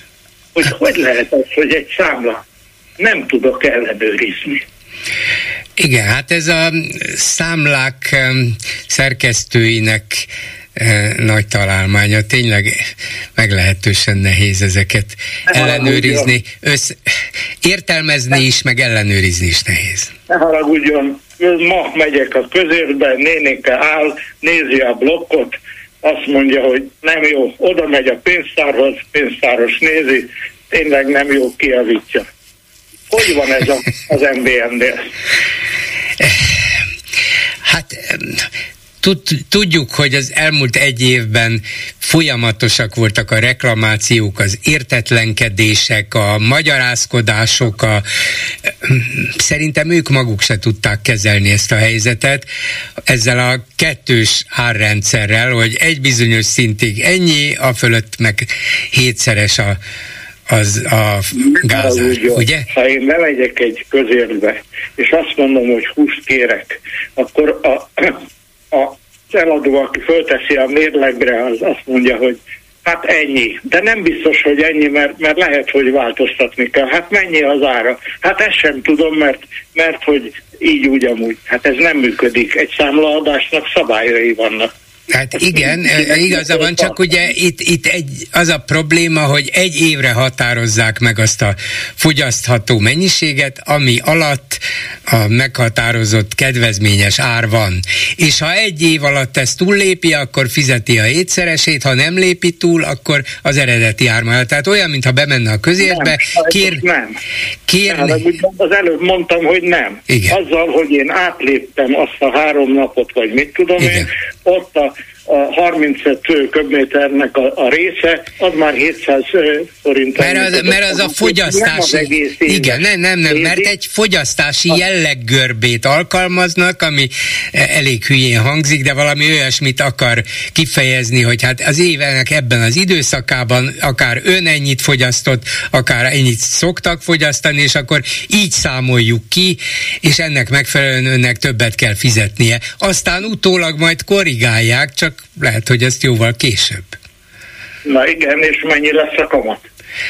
Speaker 6: rossz, hogy lehet az, hogy egy számla nem tudok ellenőrizni.
Speaker 3: Igen, hát ez a számlák szerkesztőinek nagy találmánya. Tényleg meglehetősen nehéz ezeket ellenőrizni. Értelmezni is, meg ellenőrizni is nehéz.
Speaker 6: Ne haragudjon, ma megyek a közérbe, nénéke áll, nézi a blokkot, azt mondja, hogy nem jó, oda megy a pénztárhoz, pénztáros nézi, tényleg nem jó, kijavítja. Hogy van ez az MVM-nél?
Speaker 3: Hát tudjuk, hogy az elmúlt egy évben folyamatosak voltak a reklamációk, az értetlenkedések, a magyarázkodások, szerintem ők maguk se tudták kezelni ezt a helyzetet, ezzel a kettős árrendszerrel, hogy egy bizonyos szintig ennyi, a fölött meg 7-szeres a gázár, ugye?
Speaker 6: Ha én bemegyek egy közérbe, és azt mondom, hogy húst kérek, akkor az eladó, aki fölteszi a mérlegre, az azt mondja, hogy hát ennyi. De nem biztos, hogy ennyi, mert lehet, hogy változtatni kell. Hát mennyi az ára? Hát ezt sem tudom, mert hogy így úgy amúgy. Hát ez nem működik. Egy számlaadásnak szabályai vannak.
Speaker 3: Hát igen, igaza van, csak ugye itt az a probléma, hogy egy évre határozzák meg azt a fogyasztható mennyiséget, ami alatt a meghatározott kedvezményes ár van. És ha egy év alatt ezt túllépi, akkor fizeti a 7-szeresét, ha nem lépi túl, akkor az eredeti ármal. Tehát olyan, mintha bemenne a közértbe, kérni.
Speaker 6: Az előbb mondtam, hogy nem.
Speaker 3: Igen.
Speaker 6: Azzal, hogy én átléptem azt a 3 napot, vagy mit tudom én, ott a 35 köbméternek a része, az már 700 forint.
Speaker 3: Mert az a fogyasztási... Igen, nem, mert egy fogyasztási jelleggörbét alkalmaznak, ami elég hülyén hangzik, de valami olyasmit akar kifejezni, hogy hát az évenek ebben az időszakában akár ön ennyit fogyasztott, akár ennyit szoktak fogyasztani, és akkor így számoljuk ki, és ennek megfelelően önnek többet kell fizetnie. Aztán utólag majd korrigálják, csak lehet, hogy ezt jóval később.
Speaker 6: Na igen, és mennyi lesz a kamat?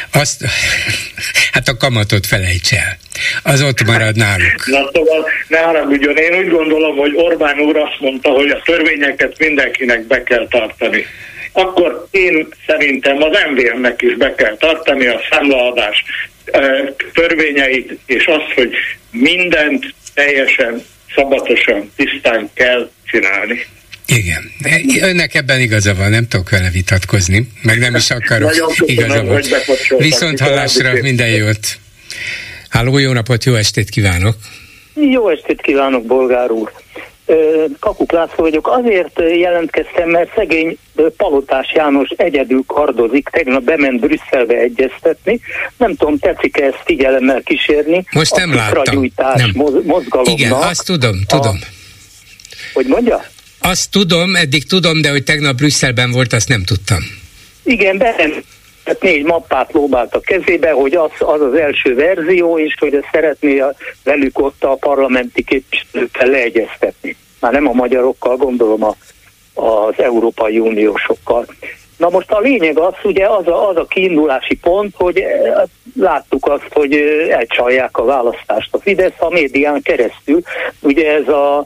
Speaker 3: Hát a kamatot felejts el. Az ott marad náluk.
Speaker 6: Na szóval, ne haragudjon, én úgy gondolom, hogy Orbán úr azt mondta, hogy a törvényeket mindenkinek be kell tartani. Akkor én szerintem az MVM-nek is be kell tartani a számlaadás törvényeit, és azt, hogy mindent teljesen szabatosan, tisztán kell csinálni.
Speaker 3: Igen. Önnek ebben igaza van, nem tudok vele vitatkozni, meg nem is akarok. Igaza van. Viszont hallásra, minden jót. Halló, jó napot, jó estét kívánok.
Speaker 7: Jó estét kívánok, Bolgár úr. Kakuk László vagyok. Azért jelentkeztem, mert szegény Palotás János egyedül kardozik, tegnap bement Brüsszelbe egyeztetni. Nem tudom, tetszik-e ezt figyelemmel kísérni?
Speaker 3: Most nem láttam. Nem.
Speaker 7: Mozgalomnak.
Speaker 3: Igen, azt tudom.
Speaker 7: Hogy mondja?
Speaker 3: Azt tudom, eddig tudom, de hogy tegnap Brüsszelben volt, azt nem tudtam.
Speaker 7: Igen, bement 4 mappát lóbált a kezébe, hogy az első verzió, és hogy szeretné velük ott a parlamenti képviselőkkel leegyeztetni. Már nem a magyarokkal, gondolom az Európai Uniósokkal. Na most a lényeg az, ugye az a kiindulási pont, hogy láttuk azt, hogy elcsalják a választást a Fidesz a médián keresztül. Ugye ez a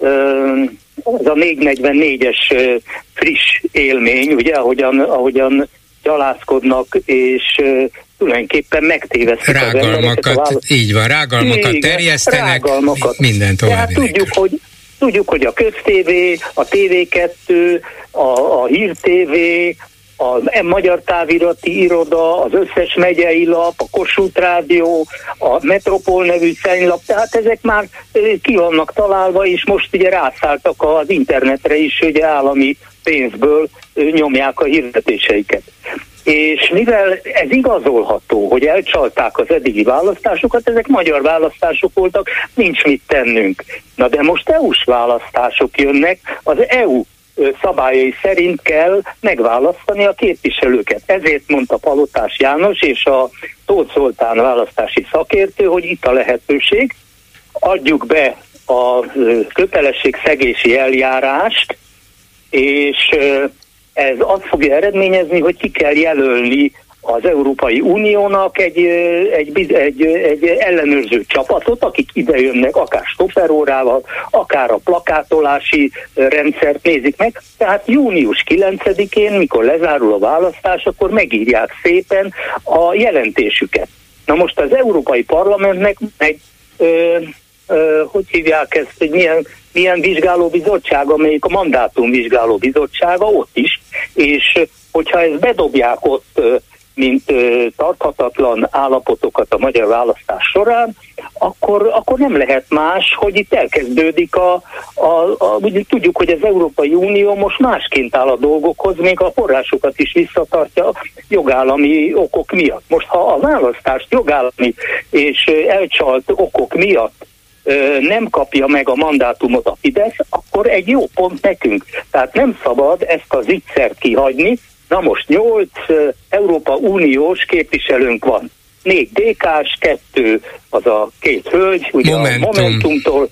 Speaker 7: 444-es friss élmény, ugye, ahogyan gyalászkodnak, és tulajdonképpen megtévesztik az embereket.
Speaker 3: Így van, rágalmakat terjesztenek, mindent tovább.
Speaker 7: Tudjuk, hogy a Köz-TV, a TV2, a Hír TV, a Magyar Távirati Iroda, az összes megyei lap, a Kossuth Rádió, a Metropol nevű szenylap, tehát ezek már ki vannak találva, és most ugye rászálltak az internetre is, ugye állami pénzből nyomják a hirdetéseiket. És mivel ez igazolható, hogy elcsalták az eddigi választásokat, ezek magyar választások voltak, nincs mit tennünk. Na de most EU-s választások jönnek, az EU szabályai szerint kell megválasztani a képviselőket. Ezért mondta Palotás János és a Tóth Zoltán választási szakértő, hogy itt a lehetőség, adjuk be a kötelességszegési eljárást, és ez azt fogja eredményezni, hogy ki kell jelölni az Európai Uniónak egy ellenőrző csapatot, akik idejönnek akár stopperórával, akár a plakátolási rendszert nézik meg. Tehát június 9-én, mikor lezárul a választás, akkor megírják szépen a jelentésüket. Na most az Európai Parlamentnek hogy hívják ezt, hogy milyen vizsgálóbizottság, amelyik a mandátumvizsgáló bizottsága ott is, és hogyha ezt bedobják ott, mint tarthatatlan állapotokat a magyar választás során, akkor nem lehet más, hogy itt elkezdődik tudjuk, hogy az Európai Unió most másként áll a dolgokhoz, még a forrásokat is visszatartja jogállami okok miatt. Most ha a választást jogállami és elcsalt okok miatt nem kapja meg a mandátumot a Fidesz, akkor egy jó pont nekünk. Tehát nem szabad ezt a zicsert kihagyni. Na most 8 Európa Uniós képviselőnk van. 4 DK-s, 2 az a 2 hölgy, ugye a Momentumtól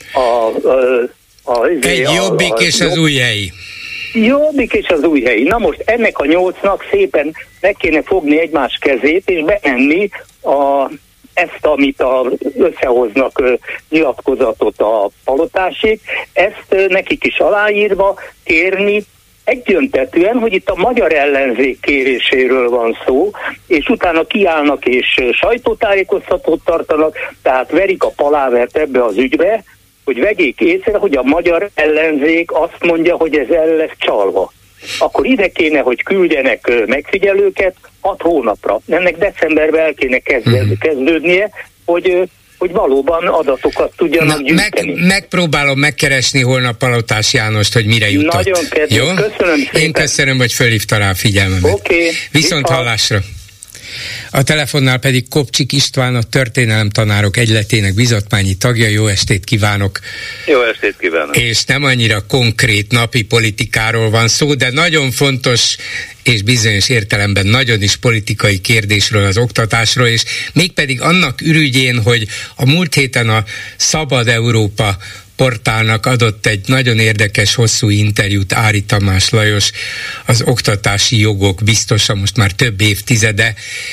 Speaker 3: egy Jobbik és az Újhelyi.
Speaker 7: Jobbik és az Újhelyi. Na most ennek a 8-nak szépen meg kéne fogni egymás kezét, és bemenni ezt, amit összehoznak nyilatkozatot a Palotásék, ezt nekik is aláírva kérni egyöntetűen, hogy itt a magyar ellenzék kéréséről van szó, és utána kiállnak és sajtótájékoztatót tartanak, tehát verik a palávert ebbe az ügybe, hogy vegyék észre, hogy a magyar ellenzék azt mondja, hogy ez el lesz csalva. Akkor ide kéne, hogy küldjenek megfigyelőket 6 hónapra. Ennek decemberben el kéne kezdődnie, hogy valóban adatokat tudjanak gyűjteni.
Speaker 3: Megpróbálom megkeresni holnap Palotás Jánost, hogy mire jutott.
Speaker 7: Nagyon kedves,
Speaker 3: jó?
Speaker 7: Köszönöm szépen.
Speaker 3: Én köszönöm, hogy fölhívta rá a figyelmemet.
Speaker 7: Okay.
Speaker 3: Viszont hallásra. A telefonnál pedig Kopcsik István, a Történelemtanárok Egyletének bizottmányi tagja. Jó estét kívánok!
Speaker 8: Jó estét kívánok!
Speaker 3: És nem annyira konkrét napi politikáról van szó, de nagyon fontos és bizonyos értelemben nagyon is politikai kérdésről, az oktatásról, és mégpedig annak ürügyén, hogy a múlt héten a Szabad Európa portálnak adott egy nagyon érdekes, hosszú interjút Ári Tamás Lajos, az oktatási jogok biztosa most már több évtizede,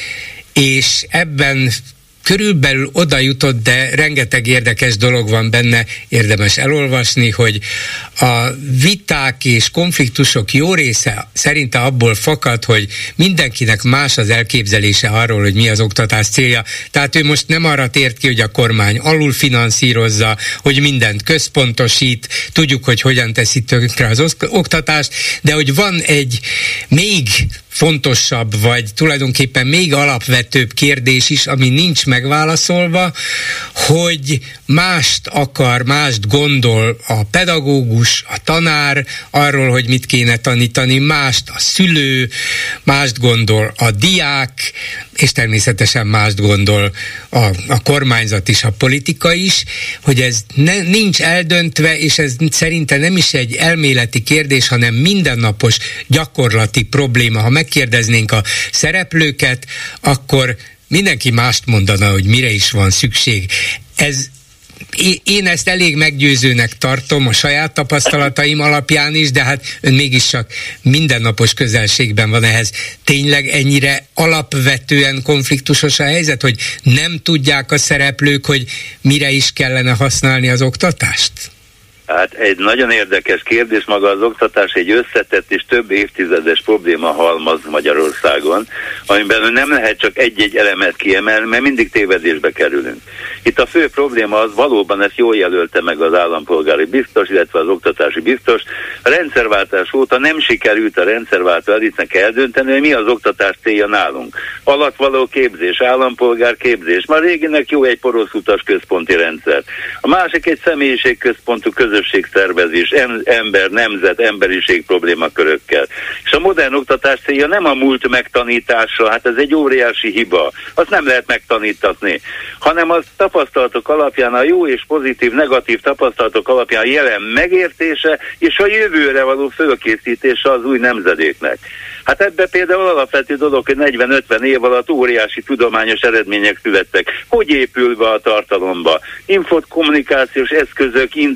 Speaker 3: és ebben körülbelül oda jutott, de rengeteg érdekes dolog van benne, érdemes elolvasni, hogy a viták és konfliktusok jó része szerinte abból fakad, hogy mindenkinek más az elképzelése arról, hogy mi az oktatás célja. Tehát ő most nem arra tért ki, hogy a kormány alulfinanszírozza, hogy mindent központosít, tudjuk, hogy hogyan teszi tönkre az oktatást, de hogy van egy még fontosabb, vagy tulajdonképpen még alapvetőbb kérdés is, ami nincs megválaszolva, hogy mást akar, mást gondol a pedagógus, a tanár arról, hogy mit kéne tanítani, mást a szülő, mást gondol a diák, és természetesen mást gondol a kormányzat is, a politika is, hogy ez nincs eldöntve, és ez szerintem nem is egy elméleti kérdés, hanem mindennapos gyakorlati probléma. Ha megkérdeznénk a szereplőket, akkor mindenki mást mondana, hogy mire is van szükség. Én ezt elég meggyőzőnek tartom a saját tapasztalataim alapján is, de hát ön mégiscsak mindennapos közelségben van ehhez. Tényleg ennyire alapvetően konfliktusos a helyzet, hogy nem tudják a szereplők, hogy mire is kellene használni az oktatást?
Speaker 8: Hát egy nagyon érdekes kérdés, maga az oktatás egy összetett és több évtizedes probléma halmaz Magyarországon, amiben nem lehet csak egy-egy elemet kiemelni, mert mindig tévedésbe kerülünk. Itt a fő probléma az, valóban ezt jól jelölte meg az állampolgári biztos, illetve az oktatási biztos. A rendszerváltás óta nem sikerült a rendszerváltó elitnek eldönteni, hogy mi az oktatás célja nálunk. Alattvaló képzés, állampolgárképzés. Már réginek jó egy poroszutas központi rendszer. A másik egy személyiségközpontú közösségszervezés, ember, nemzet, emberiség problémakörökkel. És a modern oktatás célja nem a múlt megtanítása, hát ez egy óriási hiba. Azt nem lehet megtanítatni, hanem az tapasztalatok alapján, a jó és pozitív, negatív tapasztalatok alapján a jelen megértése és a jövőre való fölkészítése az új nemzedéknek. Hát ebben például alapvető dolog, hogy 40-50 év alatt óriási tudományos eredmények születtek. Hogy épül be a tartalomba? Kommunikációs eszközök, internet,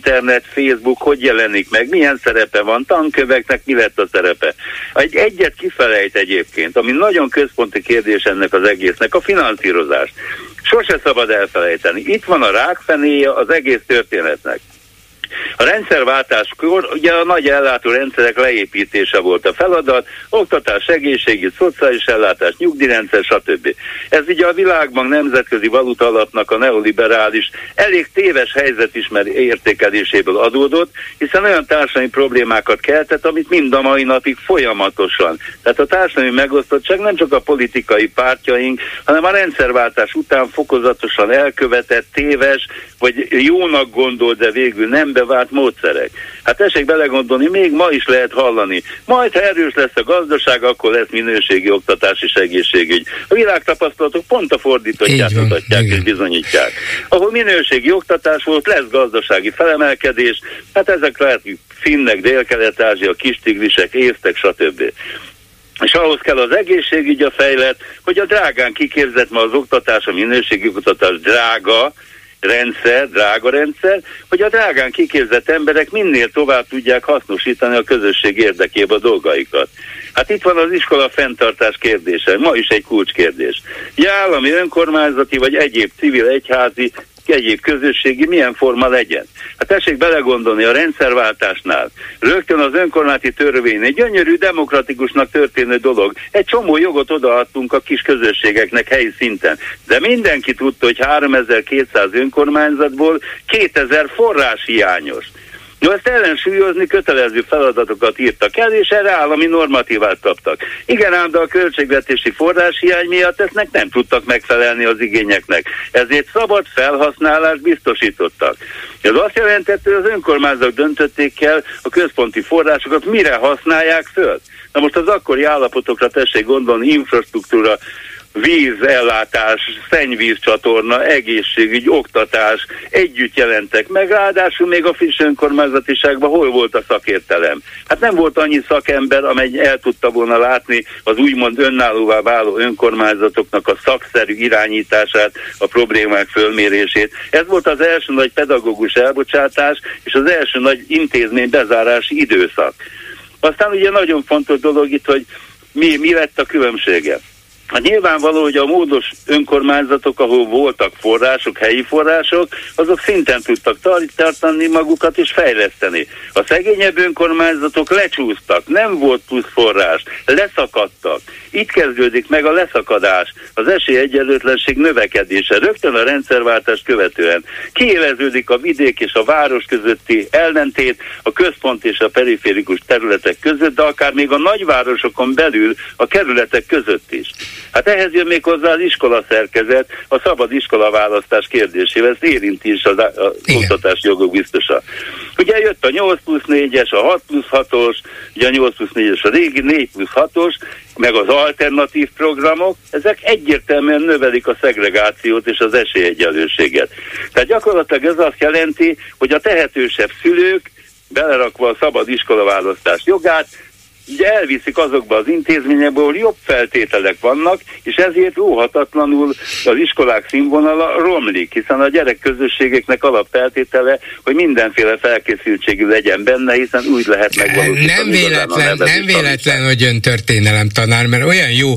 Speaker 8: Facebook, hogy jelenik meg, milyen szerepe van, tanköveknek mi lett a szerepe. Egyet kifelejt egyébként, ami nagyon központi kérdés ennek az egésznek, a finanszírozás. Sose szabad elfelejteni. Itt van a rákfenéje az egész történetnek. A rendszerváltáskor ugye a nagy ellátó rendszerek leépítése volt a feladat, oktatás, egészségügy, szociális ellátás, nyugdíjrendszer, stb. Ez ugye a Világbank Nemzetközi Valuta Alapnak a neoliberális, elég téves helyzetismer értékeléséből adódott, hiszen olyan társadalmi problémákat keltett, amit mind a mai napig folyamatosan. Tehát a társadalmi megosztottság nem csak a politikai pártjaink, hanem a rendszerváltás után fokozatosan elkövetett, téves, vagy jónak gondolt, de végül nem bevált módszerek. Hát tessék belegondolni, még ma is lehet hallani. Majd, ha erős lesz a gazdaság, akkor lesz minőségi oktatás és egészségügy. A világtapasztalatok pont a fordítottját mutatják és bizonyítják. Ahol minőségi oktatás volt, lesz gazdasági felemelkedés, hát ezek lehet finnek, Dél-Kelet-Ázsia, kistigrisek, észtek, stb. És ahhoz kell az egészségügy a fejlett, hogy a drágán kiképzett ma az oktatás, a minőségi oktatás drága rendszer, hogy a drágán kiképzett emberek minél tovább tudják hasznosítani a közösség érdekében a dolgaikat. Hát itt van az iskola fenntartás kérdése, ma is egy kulcskérdés. Ugye állami, önkormányzati vagy egyéb civil, egyházi, egyéb közösségi milyen forma legyen. Hát tessék belegondolni a rendszerváltásnál. Rögtön az önkormányzati törvény egy gyönyörű, demokratikusnak történő dolog. Egy csomó jogot odaadtunk a kis közösségeknek helyi szinten. De mindenki tudta, hogy 3200 önkormányzatból 2000 forráshiányos. No, ezt ellensúlyozni kötelező feladatokat írtak el, és erre állami normatívát kaptak. Igen ám, de a költségvetési forráshiány miatt eznek nem tudtak megfelelni az igényeknek. Ezért szabad felhasználást biztosítottak. Ez azt jelentette, hogy az önkormányzatok döntötték el a központi forrásokat, mire használják föl. Na most az akkori állapotokra tessék gondolni, infrastruktúra, vízellátás, szennyvízcsatorna, egészségügy, oktatás együtt jelentek meg, ráadásul még a friss önkormányzatiságban hol volt a szakértelem? Hát nem volt annyi szakember, amely el tudta volna látni az úgymond önállóvá váló önkormányzatoknak a szakszerű irányítását, a problémák fölmérését. Ez volt az első nagy pedagógus elbocsátás, és az első nagy intézmény bezárási időszak. Aztán ugye nagyon fontos dolog itt, hogy mi lett a különbsége. Hát nyilvánvaló, hogy a módos önkormányzatok, ahol voltak források, helyi források, azok szinten tudtak tartani magukat és fejleszteni. A szegényebb önkormányzatok lecsúsztak, nem volt plusz forrás, leszakadtak. Itt kezdődik meg a leszakadás, az esélyegyenlőtlenség növekedése, rögtön a rendszerváltást követően. Kiéleződik a vidék és a város közötti ellentét, a központ és a periférikus területek között, de akár még a nagyvárosokon belül a kerületek között is. Hát ehhez jön még hozzá az iskolaszerkezet, a szabad iskolaválasztás kérdésével, ezt érinti is az oktatási jogok biztosa. Ugye jött a 8+4-es, a 6+6-os, ugye a 8+4-es a régi 4+6-os, meg az alternatív programok, ezek egyértelműen növelik a szegregációt és az esélyegyenlőséget. Tehát gyakorlatilag ez azt jelenti, hogy a tehetősebb szülők, belerakva a szabad iskolaválasztás jogát, ugye elviszik azokba az intézményekbe, ahol jobb feltételek vannak, és ezért óhatatlanul az iskolák színvonala romlik, hiszen a gyerekközösségeknek alapfeltétele, hogy mindenféle felkészültségű legyen benne, hiszen úgy lehet megvalósítani.
Speaker 3: Nem véletlen, hogy ön történelemtanár, mert olyan jó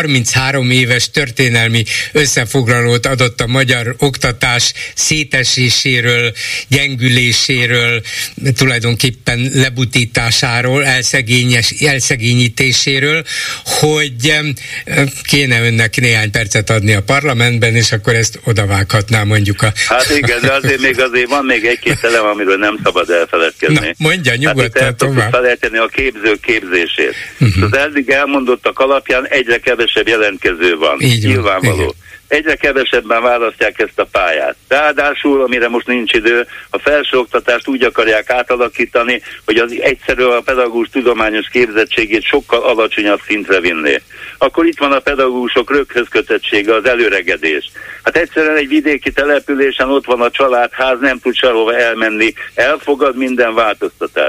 Speaker 3: 33 éves történelmi összefoglalót adott a magyar oktatás széteséséről, gyengüléséről, tulajdonképpen lebutításáról, elszegényítéséről, hogy kéne önnek néhány percet adni a parlamentben, és akkor ezt odavághatná mondjuk a... Hát
Speaker 8: igen, de azért van még egy-két elem, amiről nem szabad elfeledkezni.
Speaker 3: Na, mondja nyugodtan tovább.
Speaker 8: Felejteni a képzők képzését. Az eddig elmondottak alapján egyre kevesebb jelentkező van.
Speaker 3: Így
Speaker 8: nyilvánvaló.
Speaker 3: Igen.
Speaker 8: Egyre kevesebben választják ezt a pályát. Ráadásul, amire most nincs idő, a felsőoktatást úgy akarják átalakítani, hogy az egyszerűen a pedagógus tudományos képzettségét sokkal alacsonyabb szintre vinné. Akkor itt van a pedagógusok röghöz kötöttsége, az előregedés. Hát egyszerűen egy vidéki településen ott van a családház, nem tud sehova elmenni, elfogad minden változtatást.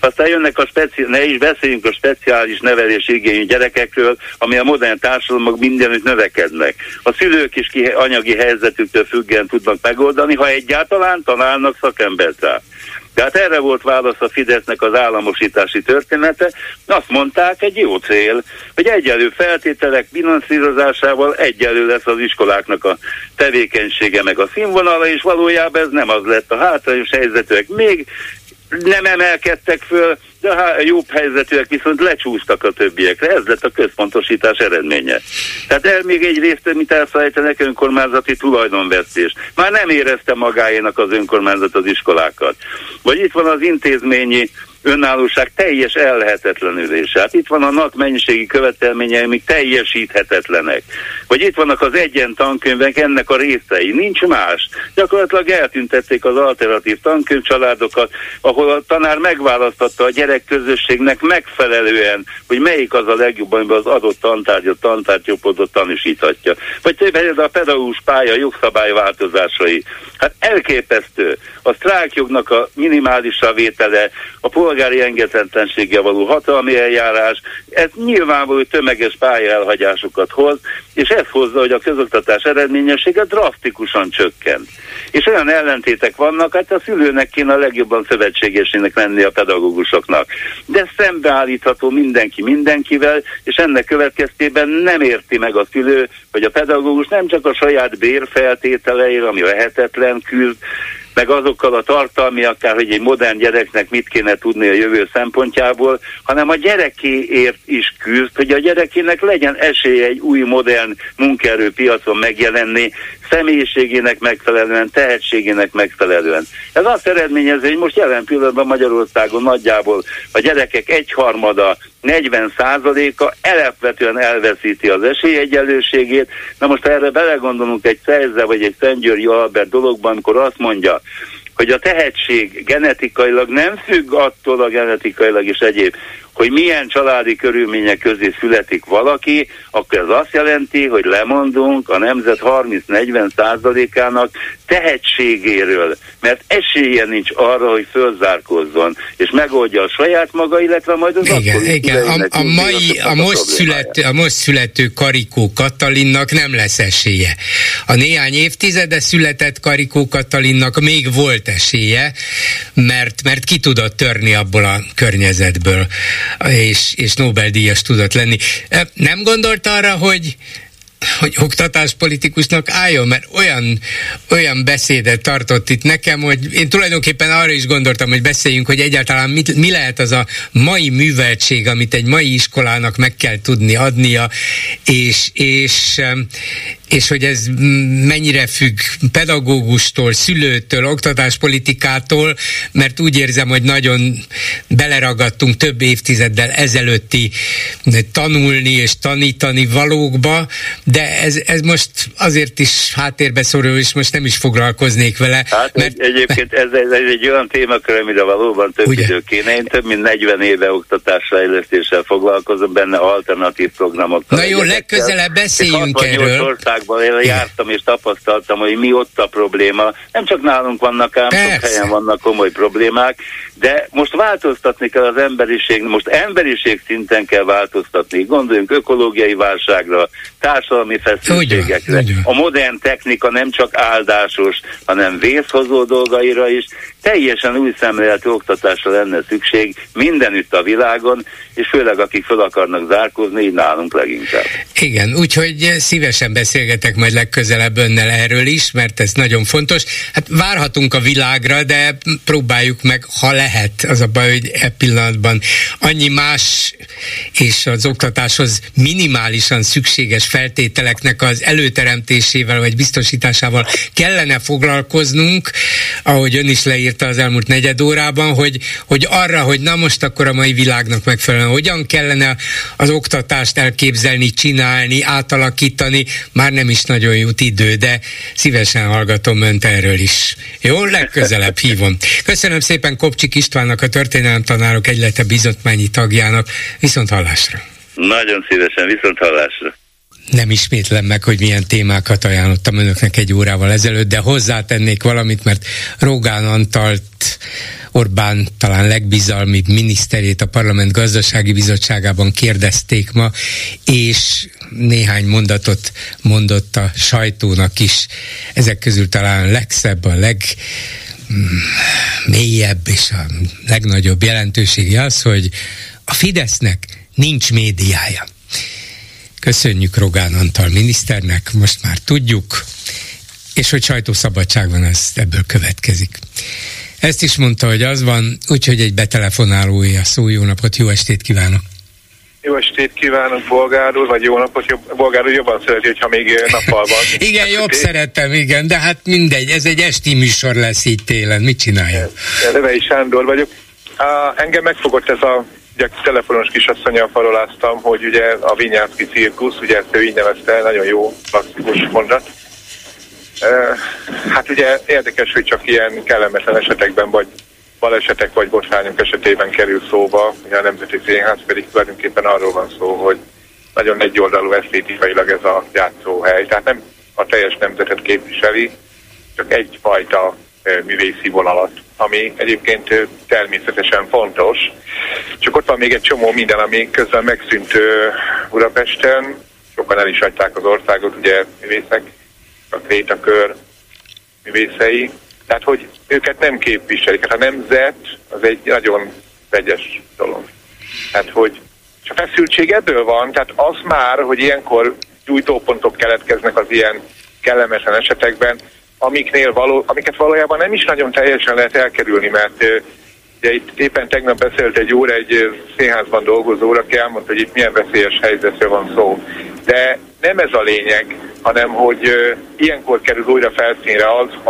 Speaker 8: Aztán jönnek ne is beszéljünk a speciális nevelési igényű gyerekekről, ami a modern társadalmak mindenütt növekednek. A szülők is anyagi helyzetüktől függően tudnak megoldani, ha egyáltalán találnak szakembert rá. Tehát erre volt válasz a Fidesznek az államosítási története. Azt mondták, egy jó cél, hogy egyenlő feltételek finanszírozásával egyenlő lesz az iskoláknak a tevékenysége meg a színvonala, és valójában ez nem az lett. A hátrányos helyzetűek még nem emelkedtek föl, de a jobb helyzetűek viszont lecsúsztak a többiekre. Ez lett a központosítás eredménye. Tehát még egy részt, mint elfelejtenek, önkormányzati tulajdonvesztés. Már nem érezte magáénak az önkormányzat az iskolákat. Vagy itt van az intézményi önállóság teljes ellehetetlenülése. Hát itt van a NAT mennyiségi követelményei, amik teljesíthetetlenek. Vagy itt vannak az egyen tankönyvek, ennek a részei. Nincs más. Gyakorlatilag eltüntették az alternatív tankönyvcsaládokat, ahol a tanár megválasztotta a gyerekközösségnek megfelelően, hogy melyik az a legjobb, amiben az adott tantárgycsoportot tanúsíthatja. Vagy például a pedagógus pálya jogszabály változásai. Hát elképesztő. A sztrájkjognak a minimálisra vétele, a polgári engedetlenséggel való hatalmi eljárás, ez nyilvánvaló tömeges pályaelhagyásokat hoz, és ez hozza, hogy a közoktatás eredményessége drasztikusan csökkent. És olyan ellentétek vannak, hát a szülőnek kéne a legjobban szövetségesének lenni a pedagógusoknak. De szembeállítható mindenki mindenkivel, és ennek következtében nem érti meg a szülő, hogy a pedagógus nem csak a saját bérfeltételeire, ami lehetetlen, küzd, meg azokkal a tartalmiakkal, hogy egy modern gyereknek mit kéne tudni a jövő szempontjából, hanem a gyerekéért is küzd, hogy a gyerekének legyen esélye egy új modern munkaerőpiacon megjelenni, személyiségének megfelelően, tehetségének megfelelően. Ez azt eredményezi, hogy most jelen pillanatban Magyarországon nagyjából a gyerekek 1/3, 40%-a alapvetően elveszíti az esélyegyenlőségét. Na most erre belegondolunk egy Cejze vagy egy Szentgyörgyi Albert dologban, amikor azt mondja, hogy a tehetség genetikailag nem függ attól a genetikailag és egyéb, hogy milyen családi körülmények közé születik valaki, akkor ez azt jelenti, hogy lemondunk a nemzet 30-40%-ának tehetségéről, mert esélye nincs arra, hogy fölzárkózzon, és megoldja a saját maga, illetve majd az
Speaker 3: Igen. A most születő Karikó Katalinnak nem lesz esélye. A néhány évtizede született Karikó Katalinnak még volt esélye, mert ki tudott törni abból a környezetből, és Nobel-díjas tudott lenni. Nem gondolt arra, hogy oktatáspolitikusnak álljon, mert olyan beszédet tartott itt nekem, hogy én tulajdonképpen arra is gondoltam, hogy beszéljünk, hogy egyáltalán mi lehet az a mai műveltség, amit egy mai iskolának meg kell tudni adnia, és hogy ez mennyire függ pedagógustól, szülőtől, oktatáspolitikától, mert úgy érzem, hogy nagyon beleragadtunk több évtizeddel ezelőtti tanulni és tanítani valókba, de ez most azért is háttérbe szorul, és most nem is foglalkoznék vele.
Speaker 8: Hát mert egyébként ez egy olyan témakör, amire valóban több idő kéne. Én több mint 40 éve oktatásfejlesztéssel foglalkozom, benne alternatív programokkal.
Speaker 3: Na jó, legközelebb beszéljünk erről.
Speaker 8: Országban jártam és tapasztaltam, hogy mi ott a probléma. Nem csak nálunk vannak, ám sok helyen vannak komoly problémák, de most változtatni kell az most emberiség szinten kell változtatni. Gondoljunk ökológiai válságra, társadalmi feszültségekre. A modern technika nem csak áldásos, hanem vészhozó dolgaira is. Teljesen új szemléletű oktatásra lenne szükség mindenütt a világon, és főleg akik fel akarnak zárkózni, így nálunk leginkább.
Speaker 3: Igen, úgyhogy szívesen beszélgetek majd legközelebb önnel erről is, mert ez nagyon fontos. Hát várhatunk a világra, de próbáljuk meg, ha lehet. Az a baj, hogy e pillanatban annyi más és az oktatáshoz minimálisan szükséges feltételeknek az előteremtésével vagy biztosításával kellene foglalkoznunk, ahogy ön is leírta az elmúlt negyed órában, hogy arra, hogy na most akkor a mai világnak megfelelően hogyan kellene az oktatást elképzelni, csinálni, átalakítani, már nem is nagyon jut idő, de szívesen hallgatom önt erről is. Jó, legközelebb hívom. Köszönöm szépen Kopcsik Istvánnak, a Történelemtanárok Egylete bizottmányi tagjának. Viszont hallásra.
Speaker 8: Nagyon szívesen, viszont hallásra.
Speaker 3: Nem ismétlem meg, hogy milyen témákat ajánlottam önöknek egy órával ezelőtt, de hozzátennék valamit, mert Rogán Antalt Orbán talán legbizalmibb miniszterét a Parlament Gazdasági Bizottságában kérdezték ma, és néhány mondatot mondott a sajtónak is. Ezek közül talán a legszebb, a legmélyebb és a legnagyobb jelentősége az, hogy a Fidesznek nincs médiája. Köszönjük Rogán Antal miniszternek, most már tudjuk, és hogy sajtószabadság van, ez ebből következik. Ezt is mondta, hogy az van, úgyhogy egy betelefonálója szó. Jó napot, jó estét kívánok!
Speaker 9: Jó estét kívánok, Bolgár úr, vagy jó napot, Bolgár úr jobban szereti, hogyha még nappal van.
Speaker 3: Igen, jobb szeretem, igen, de hát mindegy, ez egy esti műsor lesz így télen, mit csinálja?
Speaker 9: Levei Sándor vagyok. Engem megfogott ez a ugye, telefonos kisasszonnyal faroláztam, hogy ugye a Vinyánszky cirkusz, ugye ezt ő így nevezte, nagyon jó klasszikus mondat. Hát ugye érdekes, hogy csak ilyen kellemetlen esetekben, vagy balesetek, vagy botrányok esetében kerül szóba, ugye a Nemzeti Színház pedig tulajdonképpen arról van szó, hogy nagyon egyoldalú esztétikailag ez a játszóhely. Tehát nem a teljes nemzetet képviseli, csak egyfajta művészi vonalat, ami egyébként természetesen fontos. Csak ott van még egy csomó minden, ami közben megszűnt Budapesten, sokan el is hagyták az országot, ugye művészek, a Krétakör művészei, tehát hogy őket nem képviselik. Hát a nemzet az egy nagyon vegyes dolog. Tehát hogy és a feszültség ebből van, tehát az már, hogy ilyenkor gyújtópontok keletkeznek az ilyen kellemetlen esetekben, amiket valójában nem is nagyon teljesen lehet elkerülni, mert ugye itt éppen tegnap beszélt egy úr, egy színházban dolgozó úr, aki elmondta, hogy itt milyen veszélyes helyzetről van szó. De nem ez a lényeg, hanem hogy ilyenkor kerül újra felszínre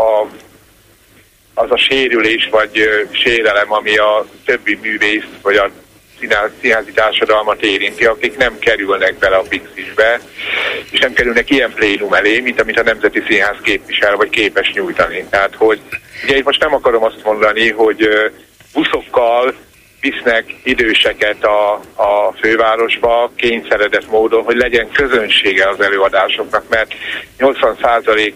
Speaker 9: az a sérülés vagy sérelem, ami a többi művészt vagy a színházi társadalmat érinti, akik nem kerülnek bele a Pixisbe, és nem kerülnek ilyen plénum elé, mint amit a Nemzeti Színház képvisel, vagy képes nyújtani. Tehát, hogy ugye itt most nem akarom azt mondani, hogy buszokkal visznek időseket a fővárosba kényszeredett módon, hogy legyen közönsége az előadásoknak, mert 80%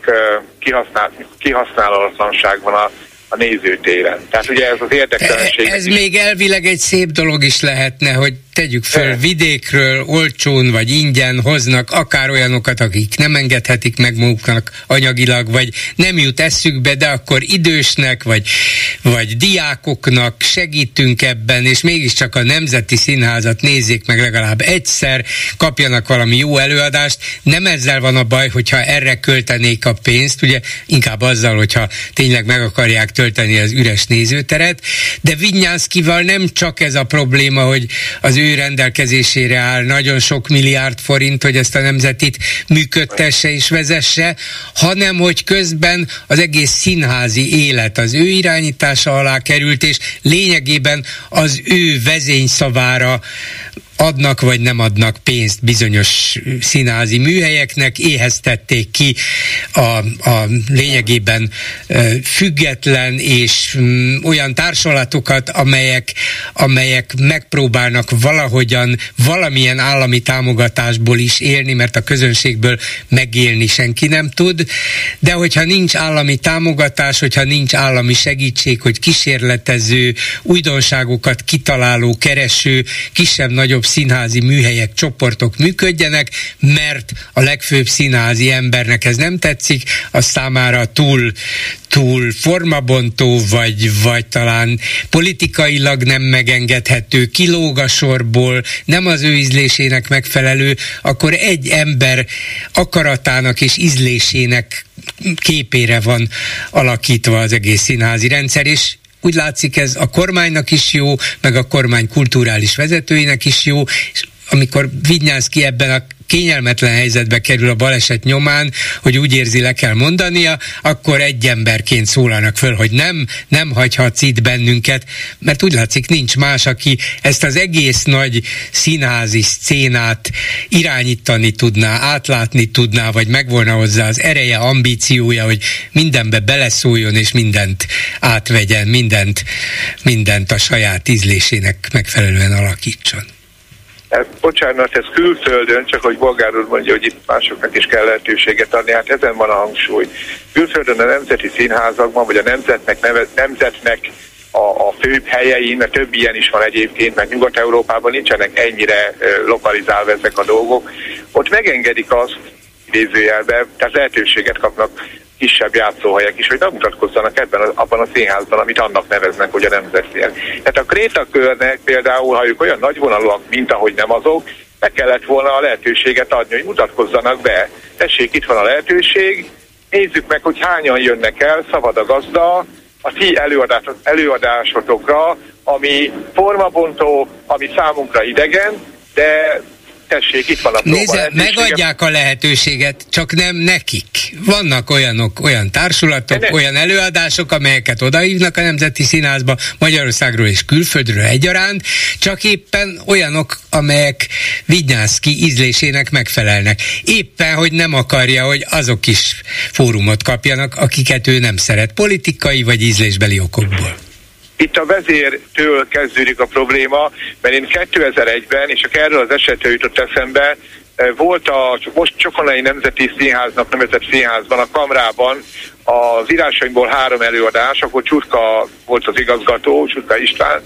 Speaker 9: kihasználatlanság van a nézőtéren. Tehát ugye ez az érdektelenség.
Speaker 3: Ez még elvileg egy szép dolog is lehetne, hogy tegyük föl, vidékről olcsón vagy ingyen hoznak akár olyanokat, akik nem engedhetik meg maguknak anyagilag, vagy nem jut eszükbe, de akkor idősnek, vagy diákoknak segítünk ebben, és mégiscsak a Nemzeti Színházat nézzék meg legalább egyszer, kapjanak valami jó előadást. Nem ezzel van a baj, hogyha erre költenék a pénzt, ugye inkább azzal, hogyha tényleg meg akarják tölteni az üres nézőteret, de Vinyánszkyval nem csak ez a probléma, hogy az ő rendelkezésére áll nagyon sok milliárd forint, hogy ezt a nemzetit működtesse és vezesse, hanem hogy közben az egész színházi élet az ő irányítása alá került, és lényegében az ő vezényszavára adnak vagy nem adnak pénzt bizonyos színházi műhelyeknek, éheztették ki a lényegében független és olyan társulatokat, amelyek megpróbálnak valahogyan valamilyen állami támogatásból is élni, mert a közönségből megélni senki nem tud, de hogyha nincs állami támogatás, hogyha nincs állami segítség, hogy kísérletező, újdonságokat kitaláló, kereső, kisebb-nagyobb színházi műhelyek, csoportok működjenek, mert a legfőbb színházi embernek ez nem tetszik, az számára túl formabontó, vagy talán politikailag nem megengedhető, kilóg a sorból, nem az ő ízlésének megfelelő, akkor egy ember akaratának és ízlésének képére van alakítva az egész színházi rendszer, és úgy látszik, ez a kormánynak is jó, meg a kormány kulturális vezetőinek is jó, és amikor Vinyánszky ebben a kényelmetlen helyzetbe kerül a baleset nyomán, hogy úgy érzi, le kell mondania, akkor egy emberként szólalnak föl, hogy nem hagyhatsz itt bennünket, mert úgy látszik, nincs más, aki ezt az egész nagy színházi szcénát irányítani tudná, átlátni tudná, vagy megvolna hozzá az ereje, ambíciója, hogy mindenbe beleszóljon, és mindent átvegyen, mindent a saját ízlésének megfelelően alakítson.
Speaker 9: Bocsánat, ez külföldön, csak hogy Bolgár úr mondja, hogy itt másoknak is kell lehetőséget adni, hát ezen van a hangsúly. Külföldön a nemzeti színházakban, vagy a nemzetnek a főbb helyein, mert több ilyen is van egyébként, mert Nyugat-Európában nincsenek ennyire lokalizálva ezek a dolgok, ott megengedik azt, idézőjelbe, tehát lehetőséget kapnak kisebb játszóhelyek is, hogy bemutatkozzanak abban a színházban, amit annak neveznek, hogy a Nemzetszínház. Tehát a Krétakörnek például, ha ők olyan nagyvonalúak, mint ahogy nem azok, meg kellett volna a lehetőséget adni, hogy mutatkozzanak be. Tessék, itt van a lehetőség, nézzük meg, hogy hányan jönnek el, szabad a gazda, a ti előadásotokra, ami formabontó, ami számunkra idegen, de tessék, itt van a próba.
Speaker 3: Nézze, megadják a lehetőséget, csak nem nekik. Vannak olyan társulatok, olyan előadások, amelyeket odahívnak a Nemzeti Színházba, Magyarországról és külföldről egyaránt, csak éppen olyanok, amelyek Widnyánszky ízlésének megfelelnek. Éppen, hogy nem akarja, hogy azok is fórumot kapjanak, akiket ő nem szeret, politikai vagy ízlésbeli okokból.
Speaker 9: Itt a vezértől kezdődik a probléma, mert én 2001-ben, és csak erről az esetről jutott eszembe, volt a most Csokonai Nemzeti Színháznak nevezett színházban, a Kamrában az írásaimból 3 előadás, akkor Csurka volt az igazgató, Csurka István,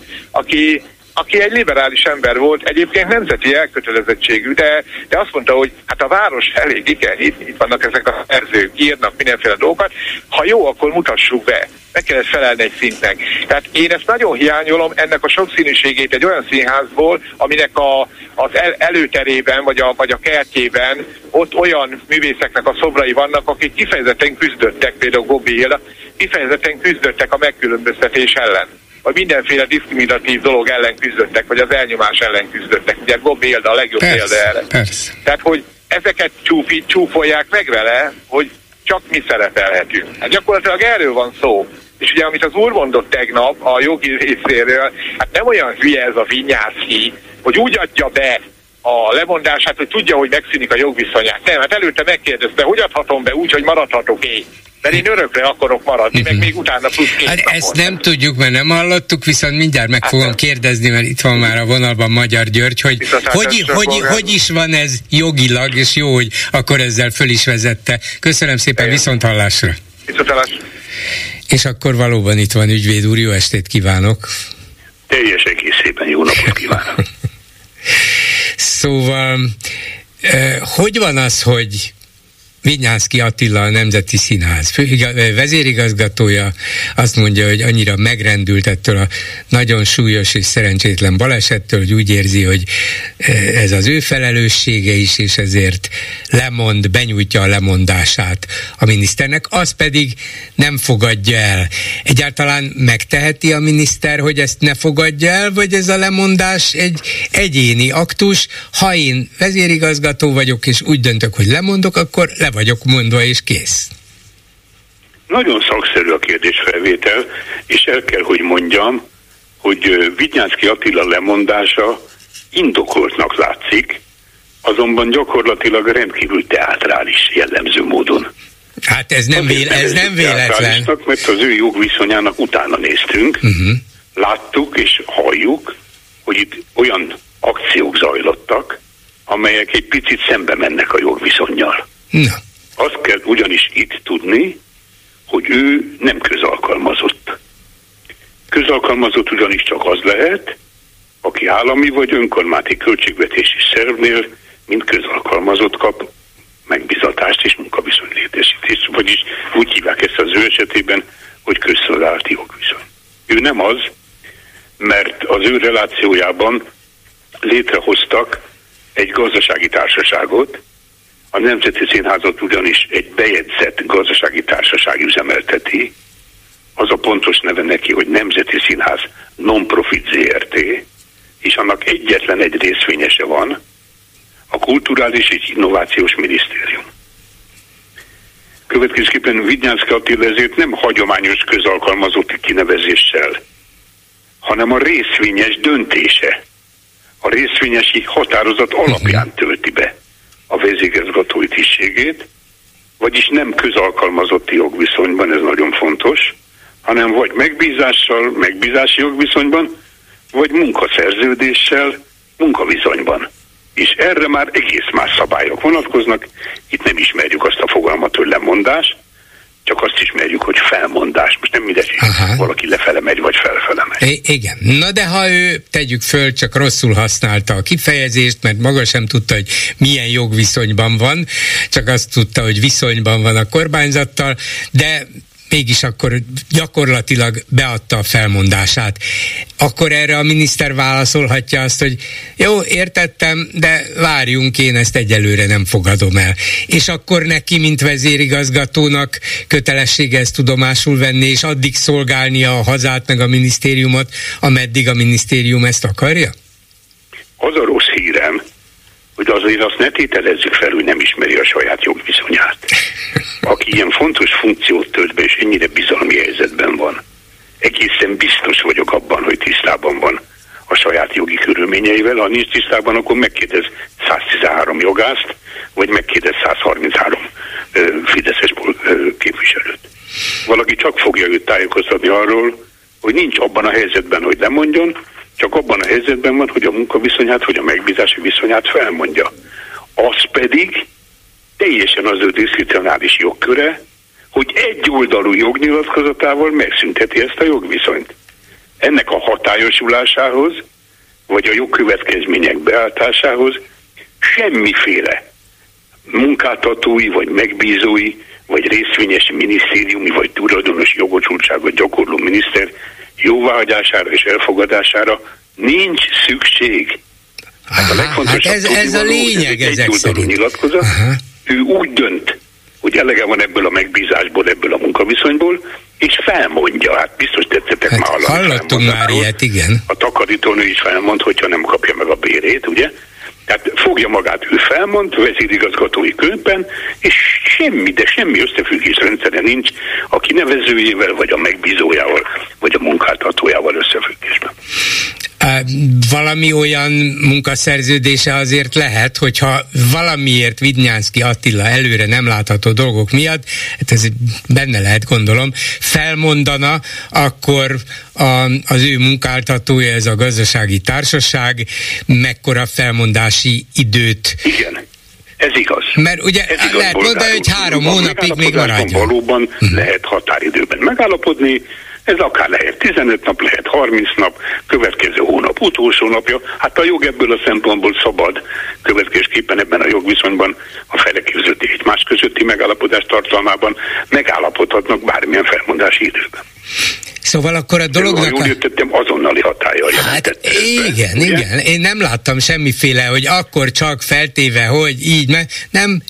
Speaker 9: aki egy liberális ember volt, egyébként nemzeti elkötelezettségű, de azt mondta, hogy hát a város elég igen, itt vannak ezek a szerzők, írnak mindenféle dolgokat, ha jó, akkor mutassuk be. Meg kellett felelni egy szintnek. Tehát én ezt nagyon hiányolom, ennek a sokszínűségét egy olyan színházból, aminek az előterében, vagy a kertjében ott olyan művészeknek a szobrai vannak, akik kifejezetten küzdöttek, például Gobbi Hilda, kifejezetten küzdöttek a megkülönböztetés ellen, vagy mindenféle diszkriminatív dolog ellen küzdöttek, vagy az elnyomás ellen küzdöttek. Ugye Gobbi Hilda a legjobb példa erre.
Speaker 3: Persze.
Speaker 9: Tehát, hogy ezeket csúfolják meg vele, hogy csak mi szerepelhetünk. Hát gyakorlatilag erről van szó. És ugye, amit az úr mondott tegnap a jogi részéről, hát nem olyan hülye ez a Widnyánszky, hogy úgy adja be a lemondását, hogy tudja, hogy megszűnik a jogviszonyát. Nem, hát előtte megkérdezte, hogy adhatom be úgy, hogy maradhatok én. Mert én örökre akarok maradni, meg még utána plusz 2 napot.
Speaker 3: Ezt nem tudjuk, mert nem hallottuk, viszont mindjárt meg fogom kérdezni, mert itt van már a vonalban Magyar György, hogy is van ez jogilag, és jó, hogy akkor ezzel föl is vezette. Köszönöm szépen, viszonthallásra.
Speaker 9: Viszonthallásra.
Speaker 3: És akkor valóban itt van ügyvéd úr, jó estét kívánok!
Speaker 10: Teljes egészében jó napot kívánok!
Speaker 3: Szóval, hogy van az, hogy Widnyánszky Attila, a Nemzeti Színház vezérigazgatója azt mondja, hogy annyira megrendült ettől a nagyon súlyos és szerencsétlen balesettől, hogy úgy érzi, hogy ez az ő felelőssége is, és ezért benyújtja a lemondását a miniszternek, az pedig nem fogadja el. Egyáltalán megteheti a miniszter, hogy ezt ne fogadja el, vagy ez a lemondás egy egyéni aktus? Ha én vezérigazgató vagyok, és úgy döntök, hogy lemondok, akkor le vagyok mondva, és kész.
Speaker 10: Nagyon szakszerű a kérdésfelvétel, és el kell, hogy mondjam, hogy Widnyánszky Attila lemondása indokoltnak látszik, azonban gyakorlatilag rendkívül teátrális jellemző módon.
Speaker 3: Hát ez nem véletlen.
Speaker 10: Mert az ő jogviszonyának utána néztünk, láttuk és halljuk, hogy itt olyan akciók zajlottak, amelyek egy picit szembe mennek a jogviszonnyal.
Speaker 3: Na.
Speaker 10: Azt kell ugyanis itt tudni, hogy ő nem közalkalmazott. Közalkalmazott ugyanis csak az lehet, aki állami vagy önkormányzati költségvetési szervnél, mint közalkalmazott kap megbizatást és munkaviszony létesítést, vagyis úgy hívják ezt az ő esetében, hogy közszolgálati jogviszony. Ő nem az, mert az ő relációjában létrehoztak egy gazdasági társaságot, a Nemzeti Színházat ugyanis egy bejegyzett gazdasági társaság üzemelteti, az a pontos neve neki, hogy Nemzeti Színház Non-Profit ZRT, és annak egyetlen egy részvényese van, a Kulturális és Innovációs Minisztérium. Következőképpen Widnyánszky Attila ezért nem hagyományos közalkalmazotti kinevezéssel, hanem a részvényes döntése, a részvényesi határozat alapján tölti be a vezérigazgatói tisztségét, vagyis nem közalkalmazotti jogviszonyban, ez nagyon fontos, hanem vagy megbízási jogviszonyban, vagy munkaszerződéssel, munkaviszonyban. És erre már egész más szabályok vonatkoznak, itt nem ismerjük azt a fogalmat, hogy lemondás, csak azt ismerjük, hogy felmondás. Most nem mindegy, valaki lefele megy, vagy felfele megy.
Speaker 3: Igen. Na de ha ő, tegyük föl, csak rosszul használta a kifejezést, mert maga sem tudta, hogy milyen jogviszonyban van, csak azt tudta, hogy viszonyban van a kormányzattal, de mégis akkor gyakorlatilag beadta a felmondását. Akkor erre a miniszter válaszolhatja azt, hogy jó, értettem, de várjunk, én ezt egyelőre nem fogadom el. És akkor neki, mint vezérigazgatónak kötelessége ezt tudomásul venni, és addig szolgálnia a hazát meg a minisztériumot, ameddig a minisztérium ezt akarja?
Speaker 10: Az a rossz hírem, hogy azért azt ne tételezzük fel, hogy nem ismeri a saját jogviszonyát. Aki ilyen fontos funkciót tölt be, és ennyire bizalmi helyzetben van, egészen biztos vagyok abban, hogy tisztában van a saját jogi körülményeivel. Ha nincs tisztában, akkor megkérdez 113 jogászt, vagy megkérdez 133 fideszes képviselőt. Valaki csak fogja őt tájékoztatni arról, hogy nincs abban a helyzetben, hogy lemondjon, csak abban a helyzetben van, hogy a munkaviszonyát, vagy a megbízási viszonyát felmondja. Az pedig teljesen az ő diszkrecionális jogköre, hogy egyoldalú jognyilatkozatával megszünteti ezt a jogviszonyt. Ennek a hatályosulásához, vagy a jogkövetkezmények beállításához semmiféle munkáltatói, vagy megbízói, vagy részvényes minisztériumi, vagy tulajdonos jogosultságot gyakorló miniszter jóváhagyására és elfogadására nincs szükség. Hát a legfontosabb
Speaker 3: ez a lényeg ezek szerint.
Speaker 10: Nyilatkozat, ő úgy dönt, hogy elege van ebből a megbízásból, ebből a munkaviszonyból, és felmondja. Hát biztos tetszettek már
Speaker 3: hallottunk már ilyet, igen.
Speaker 10: A takarítónő is felmond, hogyha nem kapja meg a bérét, ugye? Tehát fogja magát, ő felmond, vezérigazgatói könyvben, és semmi összefüggésrendszere nincs a kinevezőjével, vagy a megbízójával, vagy a munkáltatójával összefüggésben.
Speaker 3: Valami olyan munkaszerződése azért lehet, hogyha valamiért Vidnyánszky Attila előre nem látható dolgok miatt, hát ez benne lehet, gondolom, felmondana, akkor az ő munkáltatója, ez a gazdasági társaság, mekkora felmondási időt...
Speaker 10: Igen. Ez igaz.
Speaker 3: Mert ugye lehet mondani, hogy 3 hónapig még maradjon.
Speaker 10: Valóban lehet határidőben megállapodni, ez akár lehet 15 nap, lehet 30 nap, következő hónap utolsó napja. Hát a jog ebből a szempontból szabad, következésképpen ebben a jogviszonyban a felek közötti egymás közötti megállapodás tartalmában megállapodhatnak bármilyen felmondási időben.
Speaker 3: Szóval akkor a dolognak...
Speaker 10: Ha jól értettem, azonnali hatállyal jelentette.
Speaker 3: Hát igen. Én nem láttam semmiféle, hogy akkor csak feltéve, hogy így, nem,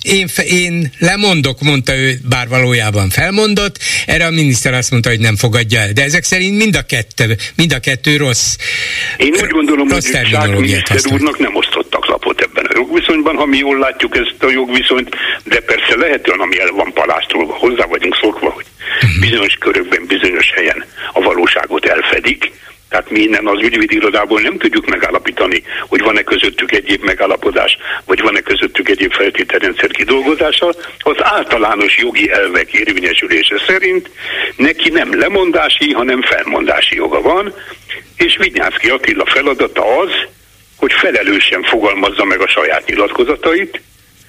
Speaker 3: én lemondok, mondta ő, bár valójában felmondott, erre a miniszter azt mondta, hogy nem fogadja el. De ezek szerint mind a kettő rossz.
Speaker 10: Én úgy gondolom, hogy Zsák miniszter úrnak nem osztottak lapot ebben a jogviszonyban, ha mi jól látjuk ezt a jogviszonyt, de persze lehetően, ami el van palástolva, hozzá vagyunk szokva, hogy bizonyos körökben, bizonyos helyen a valóságot elfedik. Tehát mi innen az ügyvédi irodából nem tudjuk megállapítani, hogy van-e közöttük egyéb megállapodás, vagy van-e közöttük egyéb feltételrendszer kidolgozása. Az általános jogi elvek érvényesülése szerint neki nem lemondási, hanem felmondási joga van, és Vidnyánszky Attila feladata az, hogy felelősen fogalmazza meg a saját nyilatkozatait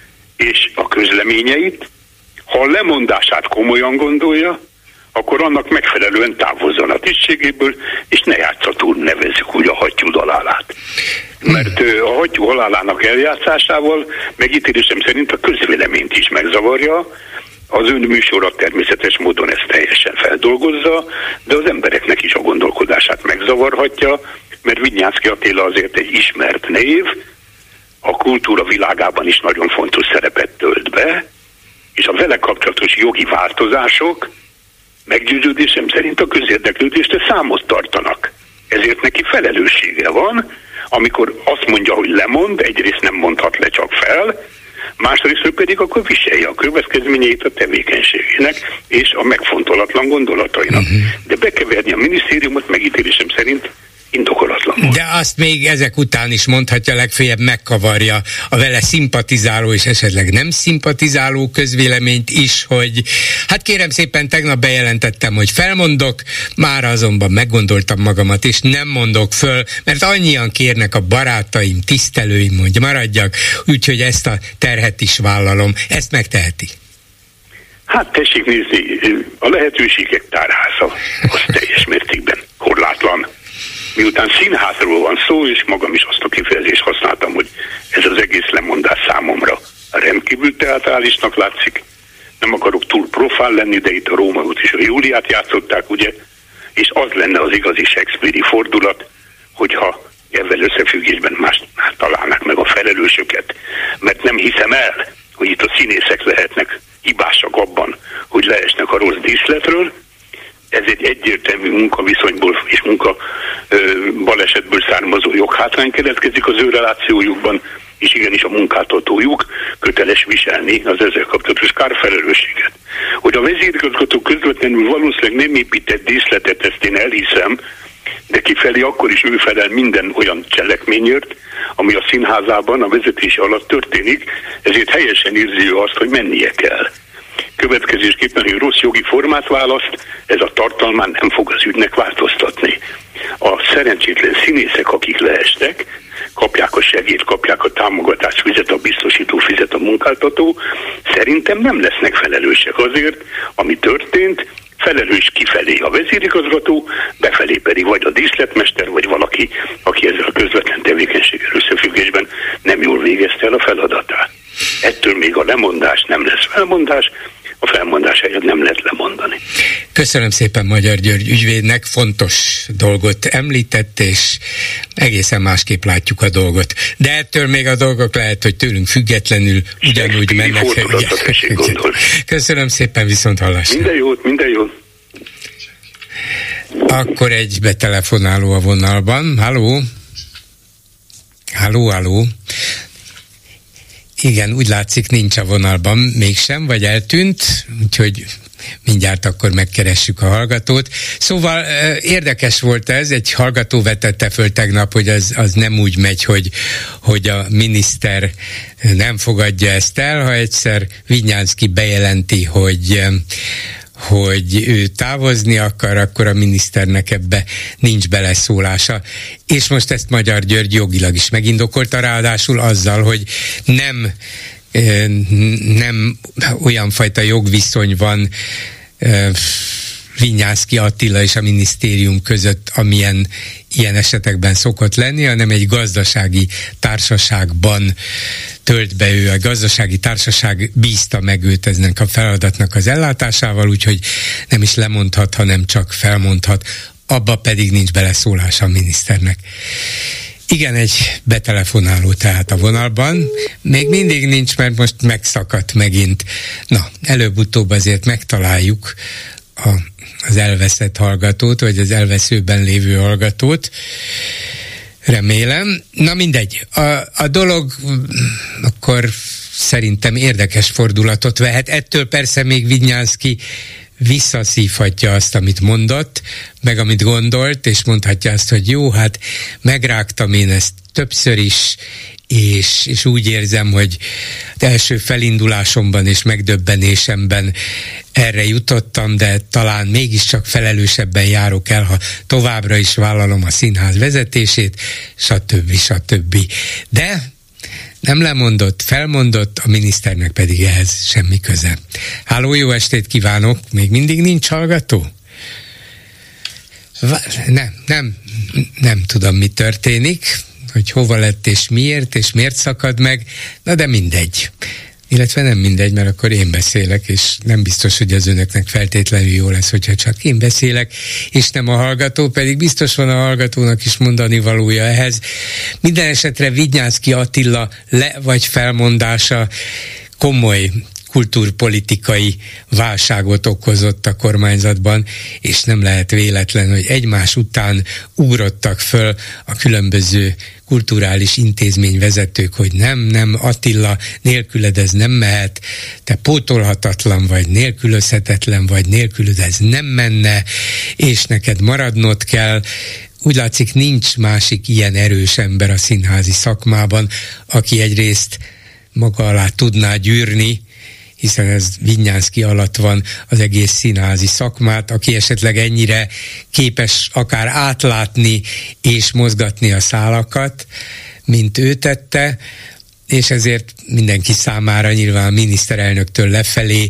Speaker 10: és a közleményeit. Ha a lemondását komolyan gondolja, akkor annak megfelelően távozzon a tisztségéből, és ne játszatúr nevezzük úgy a hattyú halálát. Mert a hattyú halálának eljátszásával megítélésem szerint a közvéleményt is megzavarja, az ön műsora természetes módon ezt teljesen feldolgozza, de az embereknek is a gondolkodását megzavarhatja, mert Vidnyánszky Attila azért egy ismert név, a kultúra világában is nagyon fontos szerepet tölt be, és a vele kapcsolatos jogi változások meggyőződésem szerint a közérdeklődésre számot tartanak. Ezért neki felelőssége van, amikor azt mondja, hogy lemond, egyrészt nem mondhat le csak fel, másrészt pedig akkor viselje a következményeit a tevékenységének és a megfontolatlan gondolatainak. De bekeverni a minisztériumot megítélésem szerint indokolatlan.
Speaker 3: De azt még ezek után is mondhatja, legfeljebb megkavarja a vele szimpatizáló és esetleg nem szimpatizáló közvéleményt is, hogy hát kérem szépen, tegnap bejelentettem, hogy felmondok, már azonban meggondoltam magamat, és nem mondok föl, mert annyian kérnek a barátaim, tisztelőim, hogy maradjak, úgyhogy ezt a terhet is vállalom. Ezt megteheti.
Speaker 10: Hát tessék nézni, a lehetőségek tárháza, az teljes mértékben korlátlan. Miután színházról van szó, és magam is azt a kifejezést használtam, hogy ez az egész lemondás számomra rendkívül teatrálisnak látszik. Nem akarok túl profán lenni, de itt a Rómeót és a Júliát játszották, ugye? És az lenne az igazi Shakespeare-i fordulat, hogyha ezzel összefüggésben más találnak meg a felelősöket. Mert nem hiszem el, hogy itt a színészek lehetnek hibásak abban, hogy leesnek a rossz díszletről. Ez egy egyértelmű munkaviszonyból és balesetből származó joghátrány keletkezik az ő relációjukban, és igenis a munkáltatójuk köteles viselni az ezzel kapcsolatos kárfelelősséget. Hogy a vezérigazgató közvetlenül valószínűleg nem épített díszletet, ezt én elhiszem, de kifelé akkor is ő felel minden olyan cselekményért, ami a színházában a vezetése alatt történik, ezért helyesen érzi ő azt, hogy mennie kell. Következésképpen, hogy rossz jogi formát választ, ez a tartalmán nem fog az ügynek változtatni. A szerencsétlen színészek, akik leestek, kapják a segélyt, kapják a támogatást, fizet a biztosító, fizet a munkáltató, szerintem nem lesznek felelősek azért, ami történt, felelős kifelé a vezérigazgató, befelé pedig vagy a díszletmester, vagy valaki, aki ezzel a közvetlen tevékenységgel összefüggésben nem jól végezte el a feladatát. Ettől még a lemondás nem lesz felmondás, a felmondás helyett nem lehet lemondani.
Speaker 3: Köszönöm szépen Magyar György ügyvédnek, fontos dolgot említett, és egészen másképp látjuk a dolgot. De ettől még a dolgok lehet, hogy tőlünk függetlenül ugyanúgy mennek. Köszönöm szépen, viszont hallásra.
Speaker 10: Minden jót, minden jót.
Speaker 3: Akkor egy betelefonáló a vonalban. Halló? Halló? Igen, úgy látszik, nincs a vonalban mégsem, vagy eltűnt, úgyhogy mindjárt akkor megkeressük a hallgatót. Szóval érdekes volt ez, egy hallgató vetette föl tegnap, hogy az nem úgy megy, hogy a miniszter nem fogadja ezt el, ha egyszer Vignyánszky bejelenti, hogy ő távozni akar, akkor a miniszternek ebbe nincs beleszólása. És most ezt Magyar György jogilag is megindokolta, ráadásul azzal, hogy nem olyan fajta jogviszony van Vignyánszky Attila és a minisztérium között, amilyen ilyen esetekben szokott lenni, hanem egy gazdasági társaságban tölt be ő. A gazdasági társaság bízta meg őt eznek a feladatnak az ellátásával, úgyhogy nem is lemondhat, hanem csak felmondhat. Abba pedig nincs beleszólása a miniszternek. Igen, egy betelefonáló tehát a vonalban. Még mindig nincs, mert most megszakadt megint. Na, előbb-utóbb azért megtaláljuk az elveszett hallgatót, vagy az elveszőben lévő hallgatót. Remélem. Na mindegy. A dolog akkor szerintem érdekes fordulatot vehet. Ettől persze még Vignyánszky visszaszívhatja azt, amit mondott, meg amit gondolt, és mondhatja azt, hogy jó, hát megrágtam én ezt többször is, és úgy érzem, hogy az első felindulásomban és megdöbbenésemben erre jutottam, de talán mégiscsak felelősebben járok el, ha továbbra is vállalom a színház vezetését, stb. De nem lemondott, felmondott, a miniszternek pedig ehhez semmi köze. Háló, jó estét kívánok! Még mindig nincs hallgató? Nem tudom, mi történik, hogy hova lett és miért szakad meg, na de mindegy. Illetve nem mindegy, mert akkor én beszélek, és nem biztos, hogy az önöknek feltétlenül jó lesz, hogyha csak én beszélek, és nem a hallgató, pedig biztos van a hallgatónak is mondani valója ehhez. Minden esetre Vignyánszky Attila vagy felmondása komoly kultúrpolitikai válságot okozott a kormányzatban, és nem lehet véletlen, hogy egymás után ugrottak föl a különböző kulturális intézményvezetők, hogy nem, Attila, nélküled ez nem mehet, te pótolhatatlan vagy, nélkülözhetetlen vagy, nélküled ez nem menne, és neked maradnod kell. Úgy látszik, nincs másik ilyen erős ember a színházi szakmában, aki egyrészt maga alá tudná gyűrni, hiszen ez Vignyánszky alatt van az egész színházi szakmát, aki esetleg ennyire képes akár átlátni és mozgatni a szálakat, mint ő tette, és ezért mindenki számára nyilván a miniszterelnöktől lefelé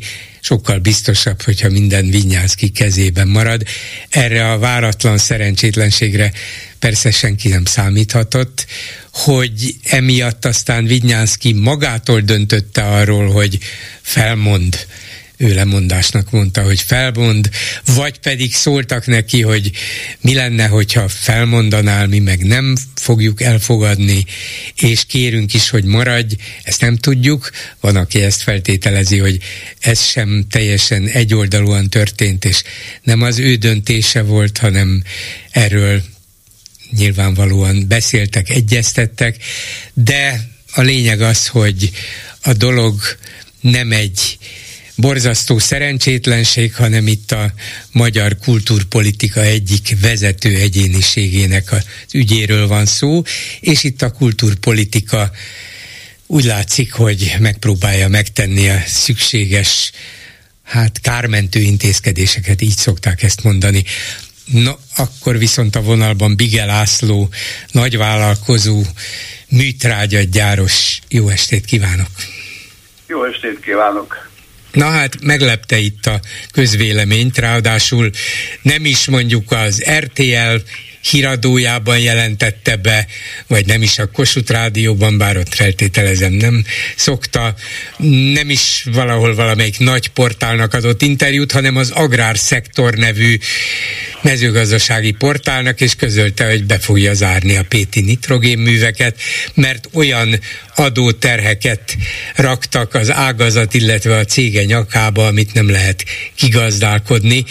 Speaker 3: sokkal biztosabb, hogyha minden Vinyánszky kezében marad. Erre a váratlan szerencsétlenségre persze senki nem számíthatott, hogy emiatt aztán Vinyánszky magától döntötte arról, hogy felmond. Ő lemondásnak mondta, hogy felmond, vagy pedig szóltak neki, hogy mi lenne, hogyha felmondanál, mi meg nem fogjuk elfogadni, és kérünk is, hogy maradj, ezt nem tudjuk. Van, aki ezt feltételezi, hogy ez sem teljesen egyoldalúan történt, és nem az ő döntése volt, hanem erről nyilvánvalóan beszéltek, egyeztettek, de a lényeg az, hogy a dolog nem egy borzasztó szerencsétlenség, hanem itt a magyar kultúrpolitika egyik vezető egyéniségének az ügyéről van szó, és itt a kultúrpolitika úgy látszik, hogy megpróbálja megtenni a szükséges, kármentő intézkedéseket, így szokták ezt mondani. Na, akkor viszont a vonalban Bige László, nagyvállalkozó, műtrágyagyáros. Jó estét kívánok!
Speaker 11: Jó estét kívánok!
Speaker 3: Na hát meglepte itt a közvéleményt, ráadásul nem is mondjuk az RTL híradójában jelentette be, vagy nem is a Kossuth Rádióban, bár ott feltételezem nem szokta, nem is valahol valamelyik nagy portálnak adott interjút, hanem az Agrárszektor nevű mezőgazdasági portálnak, és közölte, hogy be fogja zárni a Péti nitrogénműveket, mert olyan adóterheket raktak az ágazat, illetve a cége nyakába, amit nem lehet kigazdálkodni.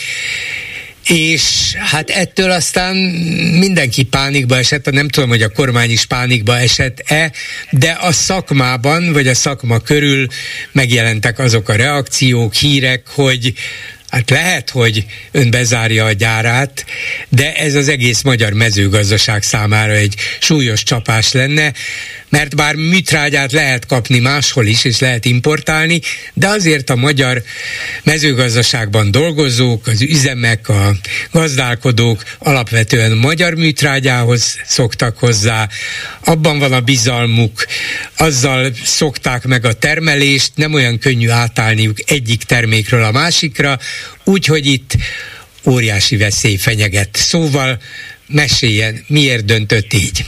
Speaker 3: És hát ettől aztán mindenki pánikba esett, nem tudom, hogy a kormány is pánikba esett-e, de a szakmában, vagy a szakma körül megjelentek azok a reakciók, hírek, hogy hát lehet, hogy ön bezárja a gyárát, de ez az egész magyar mezőgazdaság számára egy súlyos csapás lenne, mert bár műtrágyát lehet kapni máshol is, és lehet importálni, de azért a magyar mezőgazdaságban dolgozók, az üzemek, a gazdálkodók alapvetően magyar műtrágyához szoktak hozzá, abban van a bizalmuk, azzal szokták meg a termelést, nem olyan könnyű átállniuk egyik termékről a másikra, úgyhogy itt óriási veszély fenyeget. Szóval meséljen, miért döntött így?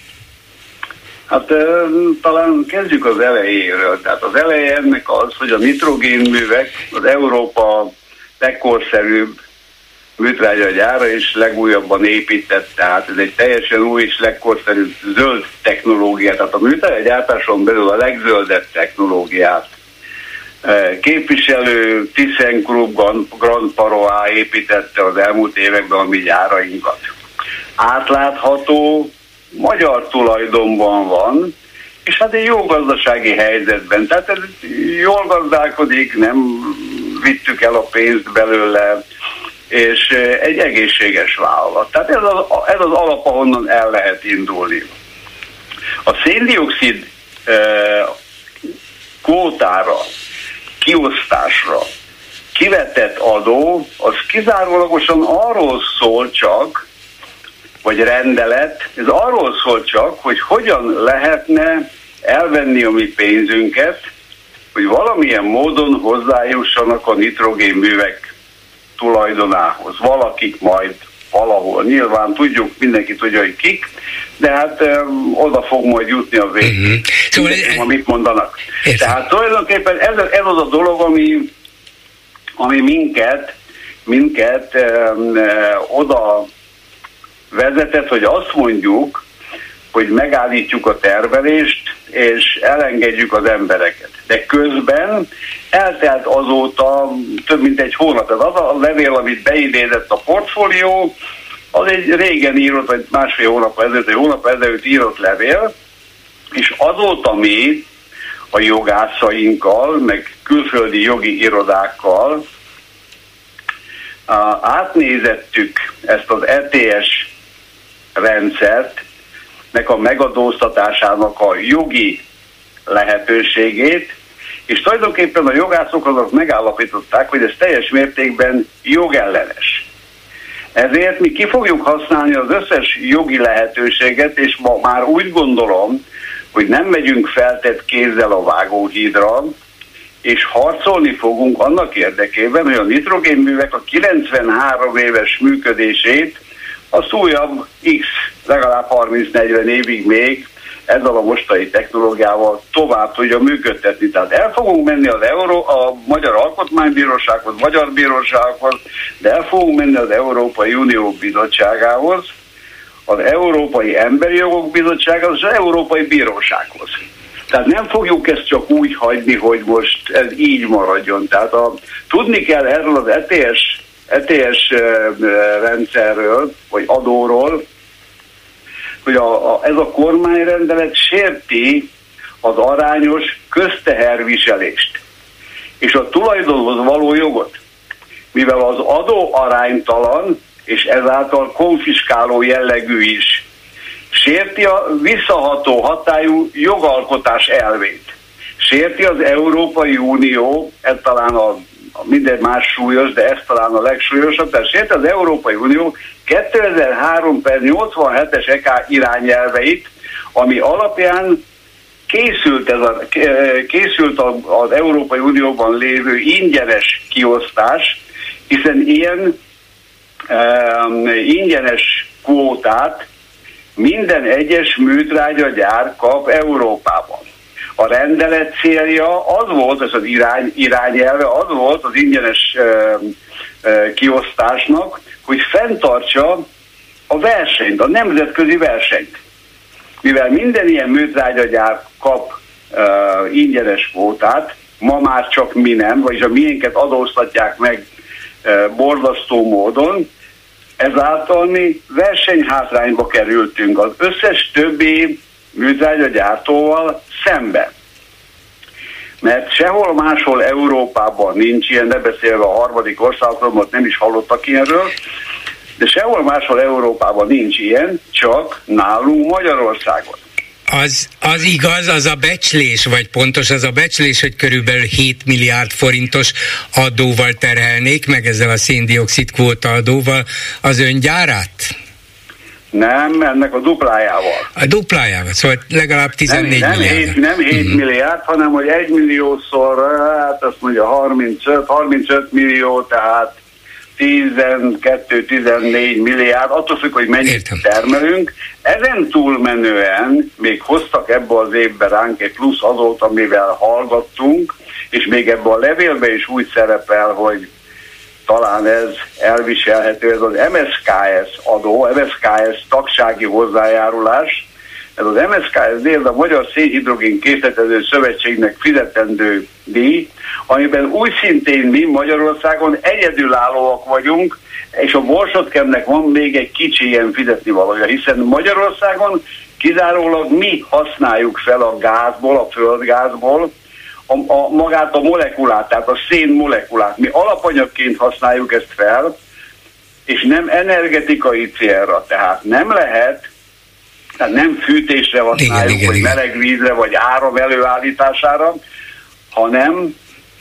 Speaker 11: Hát talán kezdjük az elejéről. Tehát az eleje ennek az, hogy a nitrogénművek az Európa legkorszerűbb műtrágyagyára és legújabban épített, tehát ez egy teljesen új és legkorszerűbb zöld technológia, tehát a műtrágyagyártáson belül a legzöldebb technológiát képviselő ThyssenKrupp Grand Parois építette az elmúlt években a mi gyárainkat. Átlátható, magyar tulajdonban van, és hát egy jó gazdasági helyzetben. Tehát ez jól gazdálkodik, nem vittük el a pénzt belőle, és egy egészséges vállalat. Tehát ez az alap, ahonnan el lehet indulni. A szén-dioxid kvótára, kiosztásra kivetett adó, az kizárólagosan arról szól csak, vagy rendelet, ez arról szól csak, hogy hogyan lehetne elvenni a mi pénzünket, hogy valamilyen módon hozzájussanak a nitrogénművek tulajdonához. Valakik majd valahol. Nyilván tudjuk, mindenki tudja, hogy kik, de hát oda fog majd jutni a végén. Amit mondanak. Tehát tulajdonképpen ez az a dolog, ami minket oda vezetett, hogy azt mondjuk, hogy megállítjuk a termelést, és elengedjük az embereket. De közben eltelt azóta több mint egy hónap. Ez az a levél, amit beidézett a portfólió, az egy régen írott, vagy másfél hónap ezelőtt írott levél, és azóta mi a jogászainkkal, meg külföldi jogi irodákkal átnézettük ezt az ETS rendszert, nek a megadóztatásának a jogi lehetőségét, és tulajdonképpen a jogászok azok megállapították, hogy ez teljes mértékben jogellenes. Ezért mi ki fogjuk használni az összes jogi lehetőséget, és ma már úgy gondolom, hogy nem megyünk feltett kézzel a vágóhídra, és harcolni fogunk annak érdekében, hogy a nitrogénművek a 93 éves működését azt újabb X, legalább 30-40 évig még ezzel a mostani technológiával tovább tudja működtetni. Tehát el fogunk menni a Magyar Alkotmánybírósághoz, Magyar Bírósághoz, de el fogunk menni az Európai Unió Bizottságához, az Európai Emberi Jogok Bizottságához és az Európai Bírósághoz. Tehát nem fogjuk ezt csak úgy hagyni, hogy most ez így maradjon. Tehát tudni kell erről az ETS rendszerről, vagy adóról, hogy ez a kormányrendelet sérti az arányos közteherviselést és a tulajdonhoz való jogot, mivel az adó aránytalan és ezáltal konfiskáló jellegű is, sérti a visszaható hatályú jogalkotás elvét. Sérti az Európai Unió, ez talán minden más súlyos, de ez talán a legsúlyosabb, tehát sérti az Európai Unió 2003/87-es EK irányelveit, ami alapján készült az Európai Unióban lévő ingyenes kiosztás, hiszen ilyen ingyenes kvótát minden egyes műtrágyagyár kap Európában. A rendelet célja az volt, ez az irányelve, az volt az ingyenes kiosztásnak, hogy fenntartsa a versenyt, a nemzetközi versenyt. Mivel minden ilyen műtrágyagyár kap ingyenes kvótát, ma már csak mi nem, vagyis a miénket adóztatják meg borzasztó módon, ezáltal mi versenyhátrányba kerültünk az összes többi műtrágyagyártóval szemben. Mert sehol máshol Európában nincs ilyen, ne beszélve a harmadik országokról, most nem is hallottak ilyenről, de sehol máshol Európában nincs ilyen, csak nálunk Magyarországon.
Speaker 3: Az igaz, az a becslés, vagy pontos az a becslés, hogy körülbelül 7 milliárd forintos adóval terhelnék, meg ezzel a széndioxid kvóta adóval az öngyárát?
Speaker 11: Nem, ennek a duplájával.
Speaker 3: A duplájával, szóval legalább 14 milliárd.
Speaker 11: Nem 7 milliárd, hanem hogy 1 milliószor, hát azt mondja 35 millió, tehát 12-14 milliárd, attól függ, hogy mennyit termelünk. Ezen túlmenően még hoztak ebbe az évbe ránk egy plusz adót, amivel hallgattunk, és még ebbe a levélbe is úgy szerepel, hogy talán ez elviselhető, ez az MSKS adó, MSKS tagsági hozzájárulás. Ez az MSKS, ez a Magyar Szénhidrogén Készletező Szövetségnek fizetendő díj, amiben úgy szintén mi Magyarországon egyedülállóak vagyunk, és a Borsodchemnek van még egy kicsi ilyen fizetnivalója, hiszen Magyarországon kizárólag mi használjuk fel a gázból, a földgázból, magát a molekulát, tehát a szén molekulát. Mi alapanyagként használjuk ezt fel, és nem energetikai célra, tehát nem lehet, tehát nem fűtésre használjuk, vagy meleg vízre, vagy áram előállítására, hanem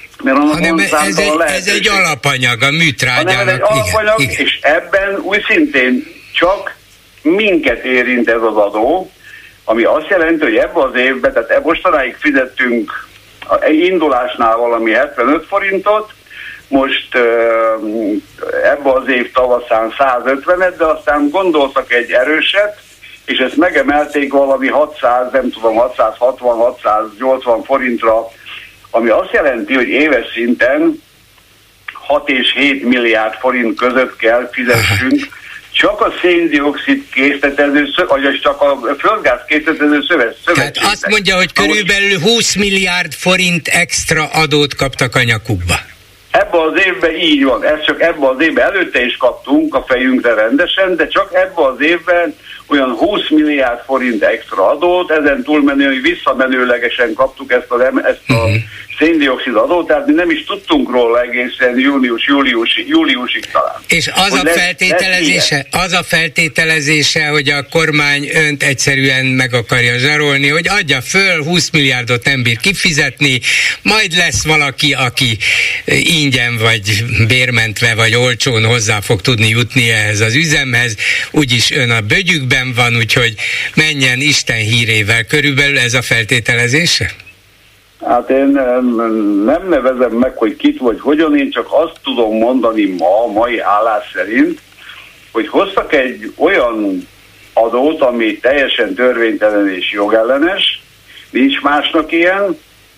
Speaker 3: ez egy alapanyag, a műtrágyának.
Speaker 11: Ez egy alapanyag, igen. És ebben úgy szintén csak minket érint ez az adó, ami azt jelenti, hogy ebben az évben, tehát mostanáig fizettünk indulásnál valami 75 forintot, most ebben az év tavaszán 150-et, de aztán gondoltak egy erőset, és ezt megemelték valami 600, nem tudom, 660-680 forintra, ami azt jelenti, hogy éves szinten 6 és 7 milliárd forint között kell fizessünk csak a széndioxid készletező, vagy csak a földgáz készletező szövetségnek.
Speaker 3: Tehát azt mondja, hogy körülbelül 20 milliárd forint extra adót kaptak a nyakukba.
Speaker 11: Ebben az évben így van, ezt csak ebben az évben előtte is kaptunk a fejünkre rendesen, de csak ebben az évben olyan 20 milliárd forint extra adót, ezen túlmenően, hogy visszamenőlegesen kaptuk ezt a széndioxid adót, tehát mi nem is tudtunk róla egészen júliusig talán.
Speaker 3: És az a feltételezése, hogy a kormány önt egyszerűen meg akarja zsarolni, hogy adja föl, 20 milliárdot nem bír kifizetni, majd lesz valaki, aki ingyen vagy bérmentve vagy olcsón hozzá fog tudni jutni ehhez az üzemhez, úgyis ön a bögyükben van, úgyhogy menjen Isten hírével. Körülbelül ez a feltételezése?
Speaker 11: Hát én nem nevezem meg, hogy kit vagy hogyan, én csak azt tudom mondani mai állás szerint, hogy hoztak egy olyan adót, ami teljesen törvénytelen és jogellenes, nincs másnak ilyen.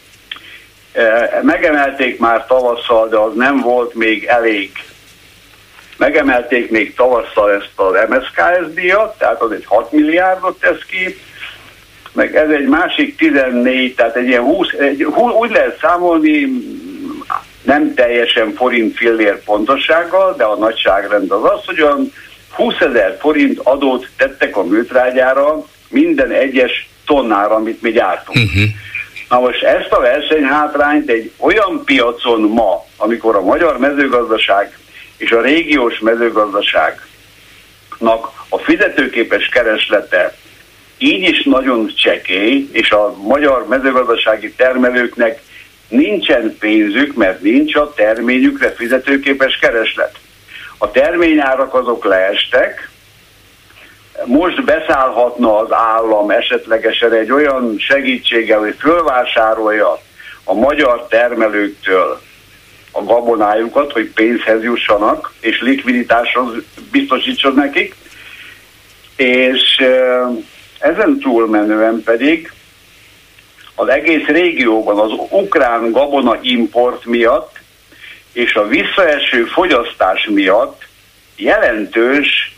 Speaker 11: Megemelték már tavasszal, de az nem volt még elég. Megemelték még tavasszal ezt az MSZKS díjat, tehát az egy 6 milliárdot tesz ki, meg ez egy másik 14, tehát egy ilyen 20, úgy lehet számolni, nem teljesen forint fillér pontossággal, de a nagyságrend az, hogy olyan 20 000 forint adót tettek a műtrágyára minden egyes tonnára, amit mi gyártunk. Na most ezt a versenyhátrányt egy olyan piacon ma, amikor a magyar mezőgazdaság és a régiós mezőgazdaságnak a fizetőképes kereslete így is nagyon csekély, és a magyar mezőgazdasági termelőknek nincsen pénzük, mert nincs a terményükre fizetőképes kereslet. A terményárak azok leestek, most beszállhatna az állam esetlegesen egy olyan segítséggel, hogy fölvásárolja a magyar termelőktől a gabonájukat, hogy pénzhez jussanak, és likviditáshoz biztosítson nekik, és ezen túlmenően pedig az egész régióban az ukrán gabona import miatt és a visszaeső fogyasztás miatt jelentős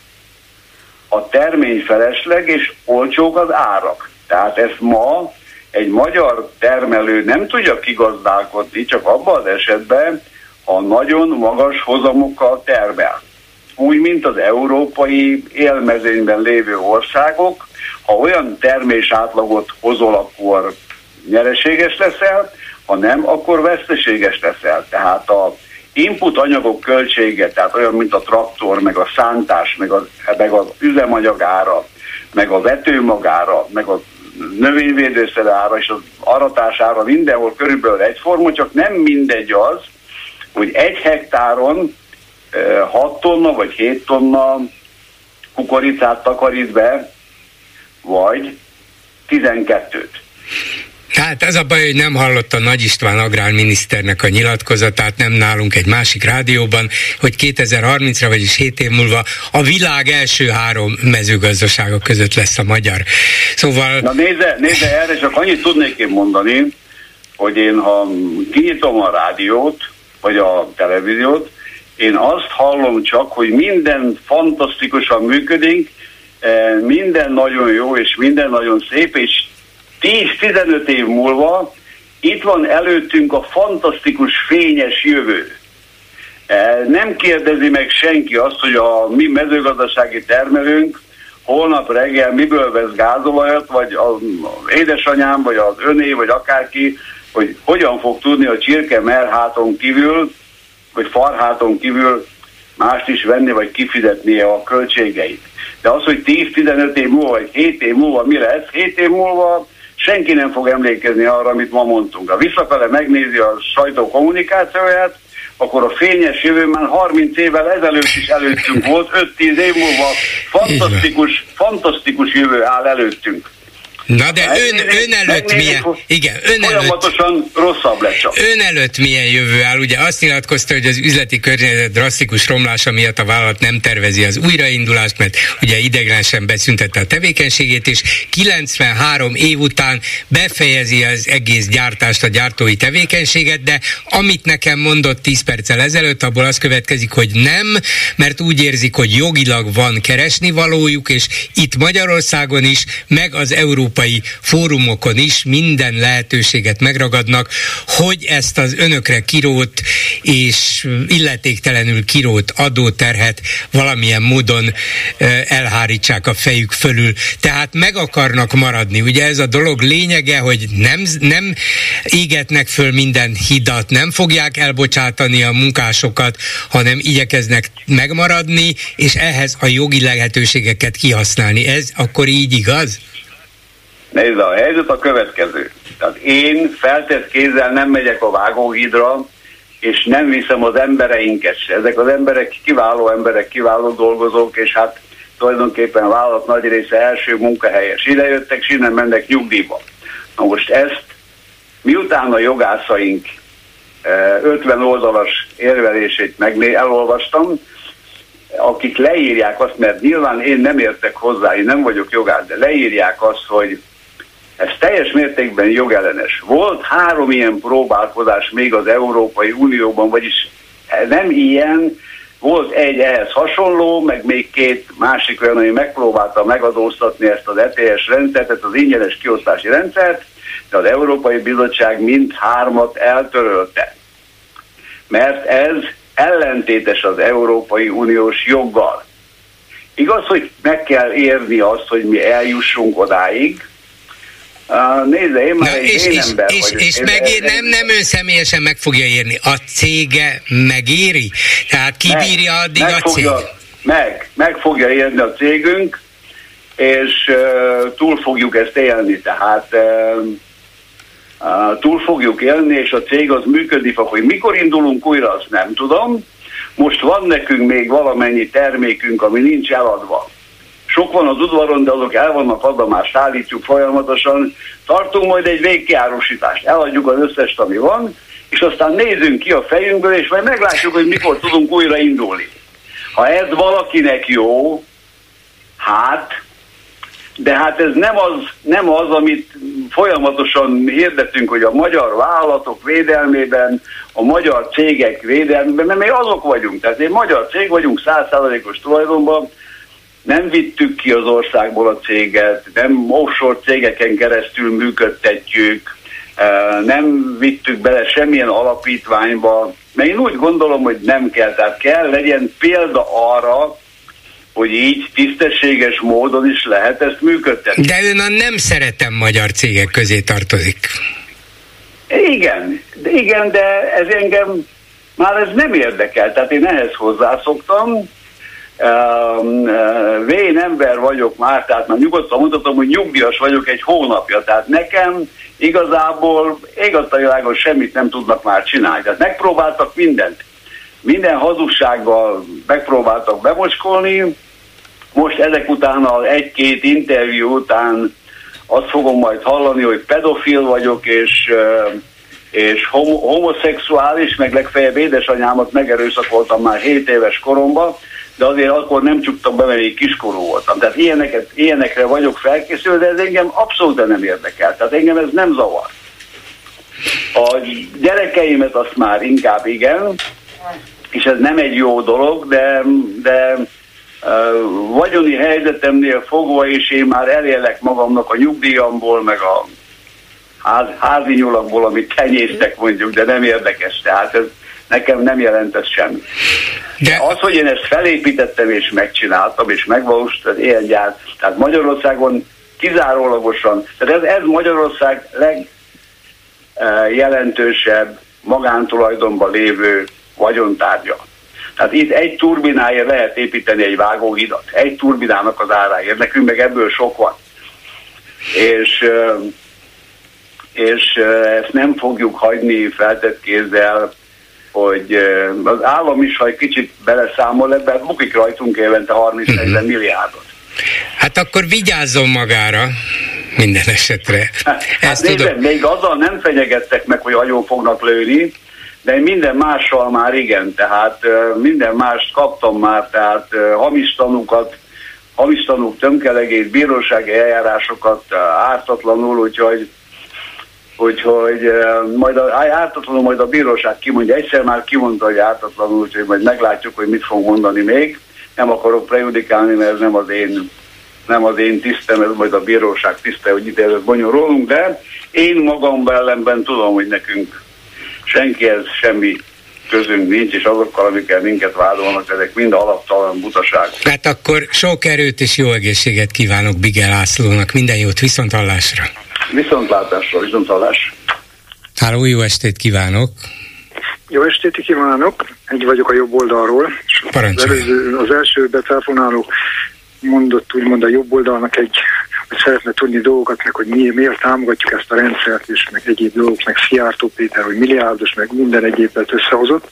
Speaker 11: a terményfelesleg és olcsók az árak. Tehát ezt ma egy magyar termelő nem tudja kigazdálkodni, csak abban az esetben, ha nagyon magas hozamokkal termel. Úgy, mint az európai élmezőnyben lévő országok, ha olyan termésátlagot hozol, akkor nyereséges leszel, ha nem, akkor veszteséges leszel. Tehát a input anyagok költsége, tehát olyan, mint a traktor, meg a szántás, meg az üzemanyagára, meg a vetőmagára, meg a növényvédőszerára és az aratására mindenhol körülbelül egyforma, csak nem mindegy az, hogy 1 hektáron 6 tonna vagy 7 tonna kukoricát takarít be, vagy 12-t.
Speaker 3: Hát ez a baj, hogy nem hallotta Nagy István agrárminiszternek a nyilatkozatát, nem nálunk egy másik rádióban, hogy 2030-ra, vagyis 7 év múlva a világ első 3 mezőgazdasága között lesz a magyar. Szóval... Na
Speaker 11: nézze, erre csak annyit tudnék én mondani, hogy én ha kinyitom a rádiót, vagy a televíziót, én azt hallom csak, hogy minden fantasztikusan működik, minden nagyon jó, és minden nagyon szép, és 10-15 év múlva itt van előttünk a fantasztikus fényes jövő. Nem kérdezi meg senki azt, hogy a mi mezőgazdasági termelőnk holnap reggel miből vesz gázolajat, vagy az édesanyám, vagy az öné, vagy akárki, hogy hogyan fog tudni a csirke merháton kívül, vagy farháton kívül mást is venni, vagy kifizetnie a költségeit. De az, hogy 10-15 év múlva, vagy 7 év múlva mi lesz, 7 év múlva senki nem fog emlékezni arra, amit ma mondtunk. Ha visszafele megnézi a sajtó kommunikációját, akkor a fényes jövő már 30 évvel ezelőtt is előttünk volt, 5-10 év múlva fantasztikus jövő áll előttünk.
Speaker 3: Na de ön előtt milyen... Igen,
Speaker 11: folyamatosan rosszabb lesz csak.
Speaker 3: Ön előtt milyen jövő áll? Ugye azt nyilatkozta, hogy az üzleti környezet drasztikus romlása miatt a vállalat nem tervezi az újraindulást, mert ugye ideiglenesen beszüntette a tevékenységét, és 93 év után befejezi az egész gyártást, a gyártói tevékenységet, de amit nekem mondott 10 perccel ezelőtt, abból az következik, hogy nem, mert úgy érzik, hogy jogilag van keresnivalójuk, és itt Magyarországon is, meg az európai fórumokon is minden lehetőséget megragadnak, hogy ezt az önökre kirót és illetéktelenül kirót adóterhet valamilyen módon elhárítsák a fejük fölül. Tehát meg akarnak maradni. Ugye ez a dolog lényege, hogy nem égetnek föl minden hidat, nem fogják elbocsátani a munkásokat, hanem igyekeznek megmaradni, és ehhez a jogi lehetőségeket kihasználni. Ez akkor így igaz?
Speaker 11: Nézd, a helyzet a következő. Tehát én feltett kézzel nem megyek a vágóhídra, és nem viszem az embereinket se. Ezek az emberek, kiváló dolgozók, és hát tulajdonképpen a vállalat nagy része első munkahelyes. Ide jöttek, és innen mennek nyugdíjba. Na most ezt miután a jogászaink 50 oldalas érvelését elolvastam, akik leírják azt, mert nyilván én nem értek hozzá, én nem vagyok jogász, de leírják azt, hogy ez teljes mértékben jogellenes. Volt 3 ilyen próbálkozás még az Európai Unióban, vagyis nem ilyen, volt egy ehhez hasonló, meg még 2 másik olyan, ami megpróbálta megadóztatni ezt az ETS rendszert, ezt az ingyenes kiosztási rendszert, de az Európai Bizottság mind 3-at eltörölte. Mert ez ellentétes az Európai Uniós joggal. Igaz, hogy meg kell érni azt, hogy mi eljussunk odáig. Nézze, én már egy ember vagyok.
Speaker 3: És nem ön személyesen meg fogja érni. A cége megéri? Tehát kibírja addig a cég?
Speaker 11: Meg fogja érni a cégünk, és túl fogjuk ezt élni. Tehát túl fogjuk élni, és a cég az működni fog. Hogy mikor indulunk újra, azt nem tudom. Most van nekünk még valamennyi termékünk, ami nincs eladva. Sok van az udvaron, de azok el vannak adva, már szállítjuk folyamatosan. Tartunk majd egy végkiárusítást. Eladjuk az összest, ami van, és aztán nézzünk ki a fejünkből, és majd meglátjuk, hogy mikor tudunk újra indulni. Ha ez valakinek jó, de hát ez nem az, amit folyamatosan hirdetünk, hogy a magyar vállalatok védelmében, a magyar cégek védelmében, mert mi azok vagyunk. Tehát egy magyar cég vagyunk 100%-os tulajdonban, nem vittük ki az országból a céget, nem offshore cégeken keresztül működtetjük, nem vittük bele semmilyen alapítványba, mert én úgy gondolom, hogy nem kell, tehát kell legyen példa arra, hogy így tisztességes módon is lehet ezt működtetni.
Speaker 3: De ön a nem szeretem magyar cégek közé tartozik.
Speaker 11: Igen, de ez engem már ez nem érdekel, tehát én ehhez hozzászoktam. Vén ember vagyok már, tehát már nyugodtan mondhatom, hogy nyugdíjas vagyok egy hónapja, tehát nekem igazából ég a világon semmit nem tudnak már csinálni. Tehát megpróbáltak mindent. Minden hazugsággal megpróbáltak bemocskolni. Most ezek után a 1-2 interjú után azt fogom majd hallani, hogy pedofil vagyok, és homoszexuális, meg legfeljebb édesanyámat megerőszakoltam már 7 éves koromban, de azért akkor nem csuktak be, mert én kiskorú voltam. Tehát ilyenekre vagyok felkészülve, de ez engem abszolút nem érdekel. Tehát engem ez nem zavar. A gyerekeimet azt már inkább igen, és ez nem egy jó dolog, de vagyoni helyzetemnél fogva, és én már elélek magamnak a nyugdíjamból, meg a házi nyulakból, amit tenyésztek mondjuk, de nem érdekes. Tehát ez nekem nem jelent ez semmi. De az, hogy én ezt felépítettem és megcsináltam, és megvalósítottam, ilyen gyárt, tehát Magyarországon kizárólagosan, tehát ez Magyarország legjelentősebb magántulajdonban lévő vagyontárgya. Tehát itt egy turbináért lehet építeni egy vágóhidat. Egy turbinának az áráért. Nekünk meg ebből sok van. És ezt nem fogjuk hagyni feltett kézzel, hogy az állam is, ha egy kicsit beleszámol ebben, bukik rajtunk évente 30-40 milliárdot.
Speaker 3: Hát akkor vigyázzon magára minden esetre.
Speaker 11: Hát nézd, még azzal nem fenyegettek meg, hogy agyon fognak lőni, de minden mással már igen, tehát minden mást kaptam már, tehát hamis tanúk tömkelegét, bírósági eljárásokat ártatlanul, úgyhogy majd a bíróság kimondja. Egyszer már kimondta, hogy ártatlanul, úgyhogy majd meglátjuk, hogy mit fog mondani még. Nem akarok prejudikálni, mert ez nem az én tisztem, ez majd a bíróság tiszte, hogy ítéletet mondjon rólunk, de én magam ellenben tudom, hogy nekünk senkihez semmi közünk nincs, és azokkal, amikkel minket vádolnak, ezek mind alaptalan butaság.
Speaker 3: Hát akkor sok erőt és jó egészséget kívánok Bige Lászlónak. Minden jót, viszonthallásra!
Speaker 11: Viszontlátásra, viszonthallásra!
Speaker 3: Háló, jó estét kívánok!
Speaker 12: Jó estét kívánok! Egy vagyok a jobb oldalról. Az első betelefonáló mondott úgymond a jobb oldalnak hogy szeretne tudni dolgokat, meg hogy miért támogatjuk ezt a rendszert, és meg egyéb dolgok, meg Szijjártó Péter, hogy milliárdos, meg minden egyébet összehozott.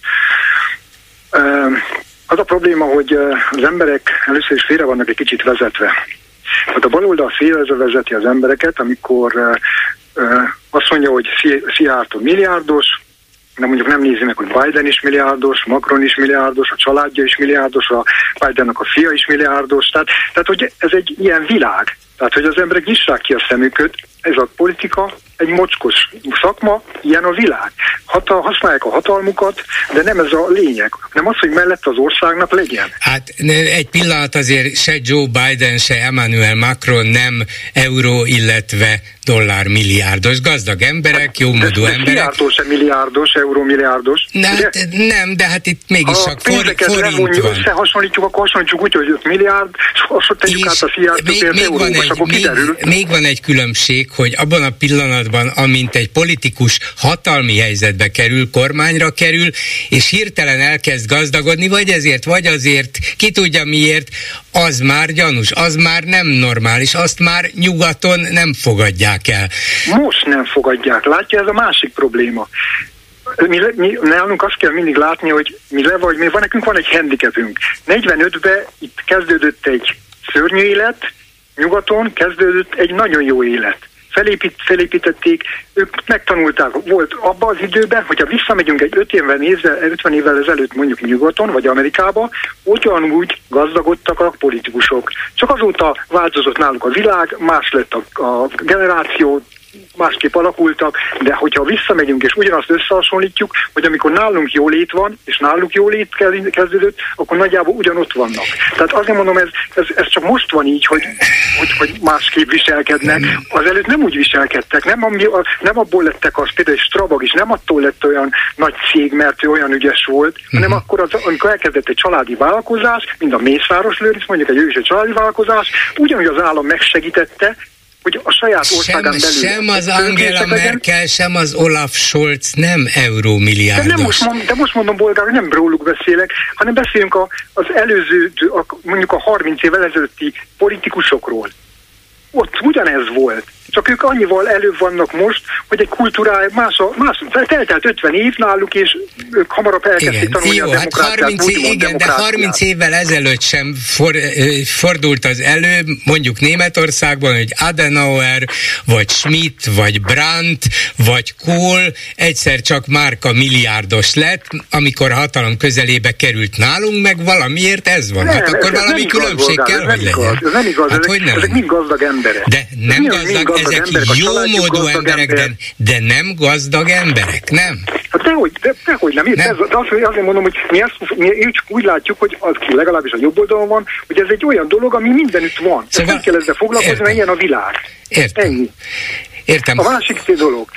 Speaker 12: Az a probléma, hogy az emberek először is félre vannak egy kicsit vezetve. Hát a baloldal félrevezeti az embereket, amikor azt mondja, hogy Szijjártó milliárdos, de mondjuk nem nézi meg, hogy Biden is milliárdos, Macron is milliárdos, a családja is milliárdos, a Bidennek a fia is milliárdos, tehát hogy ez egy ilyen világ. Tehát, hogy az emberek nyissák ki a szemüket, ez a politika egy mocskos szakma, ilyen a világ. Használják a hatalmukat, de nem ez a lényeg. Nem az, hogy mellett az országnak legyen.
Speaker 3: Hát egy pillanat azért se Joe Biden, se Emmanuel Macron nem euró, illetve dollár milliárdos. Gazdag emberek, jómódú emberek.
Speaker 12: Szijjártó sem milliárdos, euró milliárdos.
Speaker 3: Nem, de hát itt mégis csak forint van.
Speaker 12: Összehasonlítjuk, akkor hasonlítjuk úgy, hogy 5 milliárd, azt tegyük át a Szijjártót euróba, akkor kiderül.
Speaker 3: Még van egy különbség, hogy abban a pillanatban, amint egy politikus hatalmi helyzetbe kerül, kormányra kerül, és hirtelen elkezd gazdagodni, vagy ezért, vagy azért, ki tudja miért, az már gyanús, az már nem normális, azt már nyugaton nem fogadják el.
Speaker 12: Most nem fogadják. Látja, ez a másik probléma. Nálunk azt kell mindig látni, hogy nekünk van egy handicapünk. 45-ben itt kezdődött egy szörnyű élet, nyugaton kezdődött egy nagyon jó élet. Felépítették, ők megtanulták, volt abban az időben, hogyha visszamegyünk egy 50 évvel ezelőtt mondjuk nyugaton, vagy Amerikába, ugyanúgy gazdagodtak a politikusok. Csak azóta változott náluk a világ, más lett a generáció, másképp alakultak, de hogyha visszamegyünk és ugyanazt összehasonlítjuk, hogy amikor nálunk jólét van, és náluk jólét kezdődött, akkor nagyjából ugyanott vannak. Tehát azért mondom, ez csak most van így, hogy másképp viselkednek. Azelőtt nem úgy viselkedtek, nem abból lettek az, például Strabag is nem attól lett olyan nagy cég, mert ő olyan ügyes volt, hanem akkor amikor elkezdett egy családi vállalkozás, mint a Mészáros Lőrinc, mondjuk egy ő is egy családi vállalkozás, ugyanúgy az állam megsegítette, hogy a saját országán belül...
Speaker 3: Sem az Angela Merkel, sem az Olaf Scholz nem eurómilliárdos.
Speaker 12: De most mondom, Bolgár, hogy nem róluk beszélek, hanem beszélünk az előző, mondjuk a 30 évvel ezelőtti politikusokról. Ott ugyanez volt. Csak ők annyival előbb vannak most, hogy egy kultúrája más eltelt 50 év náluk, és ők hamarabb elkezdték tanulni a demokráciát.
Speaker 3: De 30 évvel ezelőtt sem fordult az elő, mondjuk Németországban, hogy Adenauer, vagy Schmidt, vagy Brandt, vagy Kohl egyszer csak márka milliárdos lett, amikor hatalom közelébe került, nálunk, meg valamiért ez van. Hát akkor valami különbség kell, hogy legyen.
Speaker 12: Ez nem igaz, ezek mind gazdag emberek.
Speaker 3: De nem gazdag, ezek jómódú emberek, de nem gazdag emberek, nem?
Speaker 12: Hát dehogy nem. De azért mondom, hogy mi csak úgy látjuk, hogy az legalábbis a jobb oldalon van, hogy ez egy olyan dolog, ami mindenütt van. Szóval, nem kell ezzel foglalkozni, mert ilyen a világ.
Speaker 3: Értem.
Speaker 12: A másik dolog.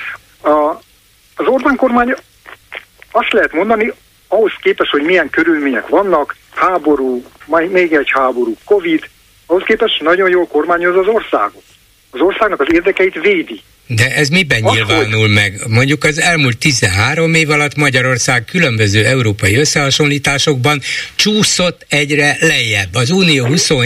Speaker 12: Az Orbán kormány azt lehet mondani, ahhoz képest, hogy milyen körülmények vannak, háború, még egy háború, Covid, ahhoz képest nagyon jól kormányoz az országot. Az országnak az érdekeit védi.
Speaker 3: De ez miben nyilvánul meg? Mondjuk az elmúlt 13 év alatt Magyarország különböző európai összehasonlításokban csúszott egyre lejjebb. Az Unió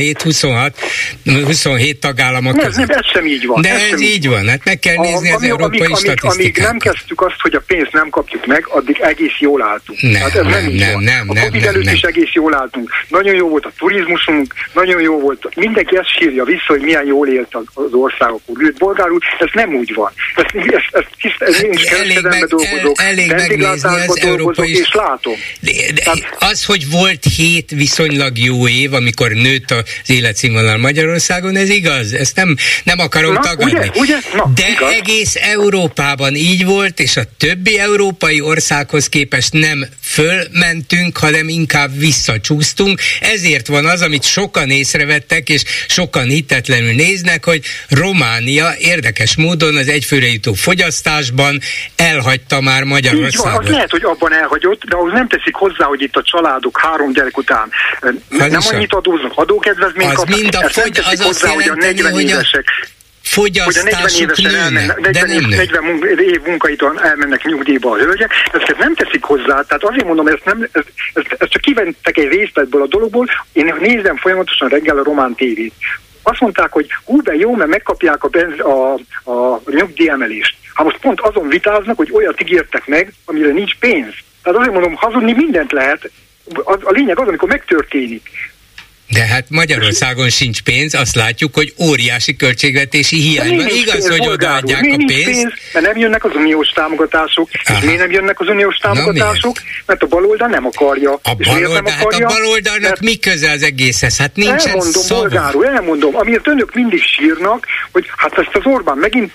Speaker 3: 27 tagállamok között.
Speaker 12: Nem, ez sem így van.
Speaker 3: De ez így van, hát meg kell nézni az európai statisztikákat.
Speaker 12: Amíg nem kezdtük azt, hogy a pénzt nem kapjuk meg, addig egész jól álltunk.
Speaker 3: Nem.
Speaker 12: A Covid előtt is egész jól álltunk. Nagyon jó volt a turizmusunk, nagyon jó volt. Mindenki ezt sírja vissza, hogy milyen jól élt az országok. Bolgár úr, ez nem úgy van. Én is kereskedelme dolgozok, vendéglátásban dolgozok, és látom.
Speaker 3: Az, hogy volt 7 viszonylag jó év, amikor nőtt az életszínvonal Magyarországon, ez igaz, ezt nem akarom tagadni.
Speaker 12: Ugye?
Speaker 3: De igaz. Egész Európában így volt, és a többi európai országhoz képest nem fölmentünk, hanem inkább visszacsúsztunk. Ezért van az, amit sokan észrevettek, és sokan hitetlenül néznek, hogy Románia érdekes módon az egyfőre jutó fogyasztásban elhagyta már Magyarországot.
Speaker 12: Így van, az lehet, hogy abban elhagyott, de ahhoz nem teszik hozzá, hogy itt a családok 3 gyerek után nem annyit adóznak, adókedvezményt kapnak.
Speaker 3: Az azt jelenteni, hogy a fogyasztásuk nőne, de nem nő.
Speaker 12: 40 év munkaidőn elmennek nyugdíjba a hölgyek, ezeket nem teszik hozzá, tehát azért mondom, ez csak kiventek egy részt ebből a dologból, én nézem folyamatosan reggel a román tévét. Azt mondták, hogy de jó, mert megkapják a nyugdíjemelést. Hát most pont azon vitáznak, hogy olyat ígértek meg, amire nincs pénz. Tehát azért mondom, hazudni mindent lehet. A lényeg az, amikor megtörténik.
Speaker 3: De hát Magyarországon sincs pénz, azt látjuk, hogy óriási költségvetési hiány van. Igaz, hogy odaadják a pénzt. Pénz,
Speaker 12: mert nem jönnek az uniós támogatások. És miért nem jönnek az uniós támogatások? Mert a baloldal nem akarja.
Speaker 3: A baloldalnak mi köze az egészhez? Hát nincsen szava.
Speaker 12: Elmondom. Amiért önök mindig sírnak, hogy hát ezt az Orbán megint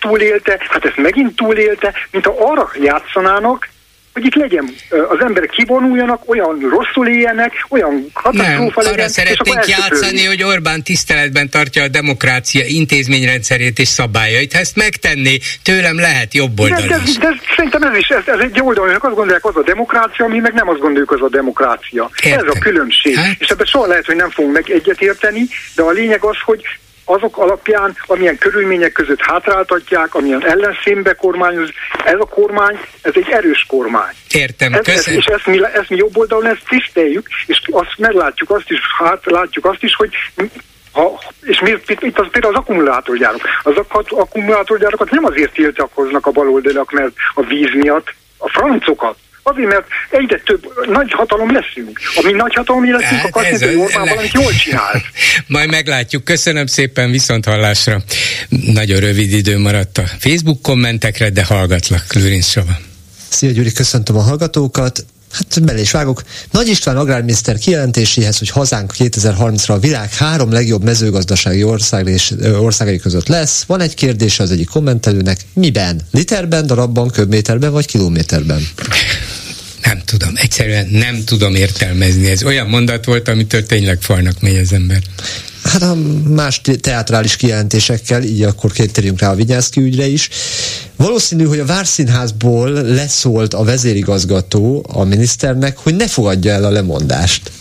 Speaker 12: túlélte, mint ha arra játszanának, hogy itt legyen, az emberek kivonuljanak, olyan rosszul éljenek, olyan katasztrófa legyen.
Speaker 3: Arra szeretnénk játszani, hogy Orbán tiszteletben tartja a demokrácia intézményrendszerét és szabályait. Ha ezt megtenné, tőlem lehet jobb oldal is.
Speaker 12: De szerintem ez egy oldalnak azt gondolják, az a demokrácia, mi meg nem azt gondoljuk, az a demokrácia.
Speaker 3: Értem.
Speaker 12: Ez a különbség. És ebben soha lehet, hogy nem fogunk meg egyetérteni, de a lényeg az, hogy azok alapján, amilyen körülmények között hátráltatják, amilyen ellenszínbe kormányoz, ez a kormány, ez egy erős kormány.
Speaker 3: Értem, köszönöm.
Speaker 12: És ezt mi jobb oldalon ezt tiszteljük, és azt meglátjuk azt is, hogy és itt az például az akkumulátorgyárak. Az akkumulátorgyárakat nem azért tiltakoznak a baloldalak, mert a víz miatt, a francokat. Azért, mert egyre több nagy hatalom leszünk. Ami nagy hatalom leszünk, akkor azt mondja, hogy Orbán valamit jól csinált.
Speaker 3: Majd meglátjuk. Köszönöm szépen, viszonthallásra. Nagyon rövid idő maradt a Facebook kommentekre, de hallgatlak, Lőrinc Csaba.
Speaker 13: Szia Gyuri, köszöntöm a hallgatókat. Hát bele is vágok. Nagy István agrárminiszter kijelentéséhez, hogy hazánk 2030-ra a világ 3 legjobb mezőgazdasági országai között lesz. Van egy kérdése az egyik kommentelőnek. Miben? Literben, darabban, köbméterben vagy kilométerben?
Speaker 3: Nem tudom. Egyszerűen nem tudom értelmezni. Ez olyan mondat volt, amitől tényleg falnak megy az ember.
Speaker 13: Hát a más teátrális kijelentésekkel, így akkor térjünk rá a Vinyánszky ügyre is. Valószínű, hogy a Várszínházból leszólt a vezérigazgató a miniszternek, hogy ne fogadja el a lemondást.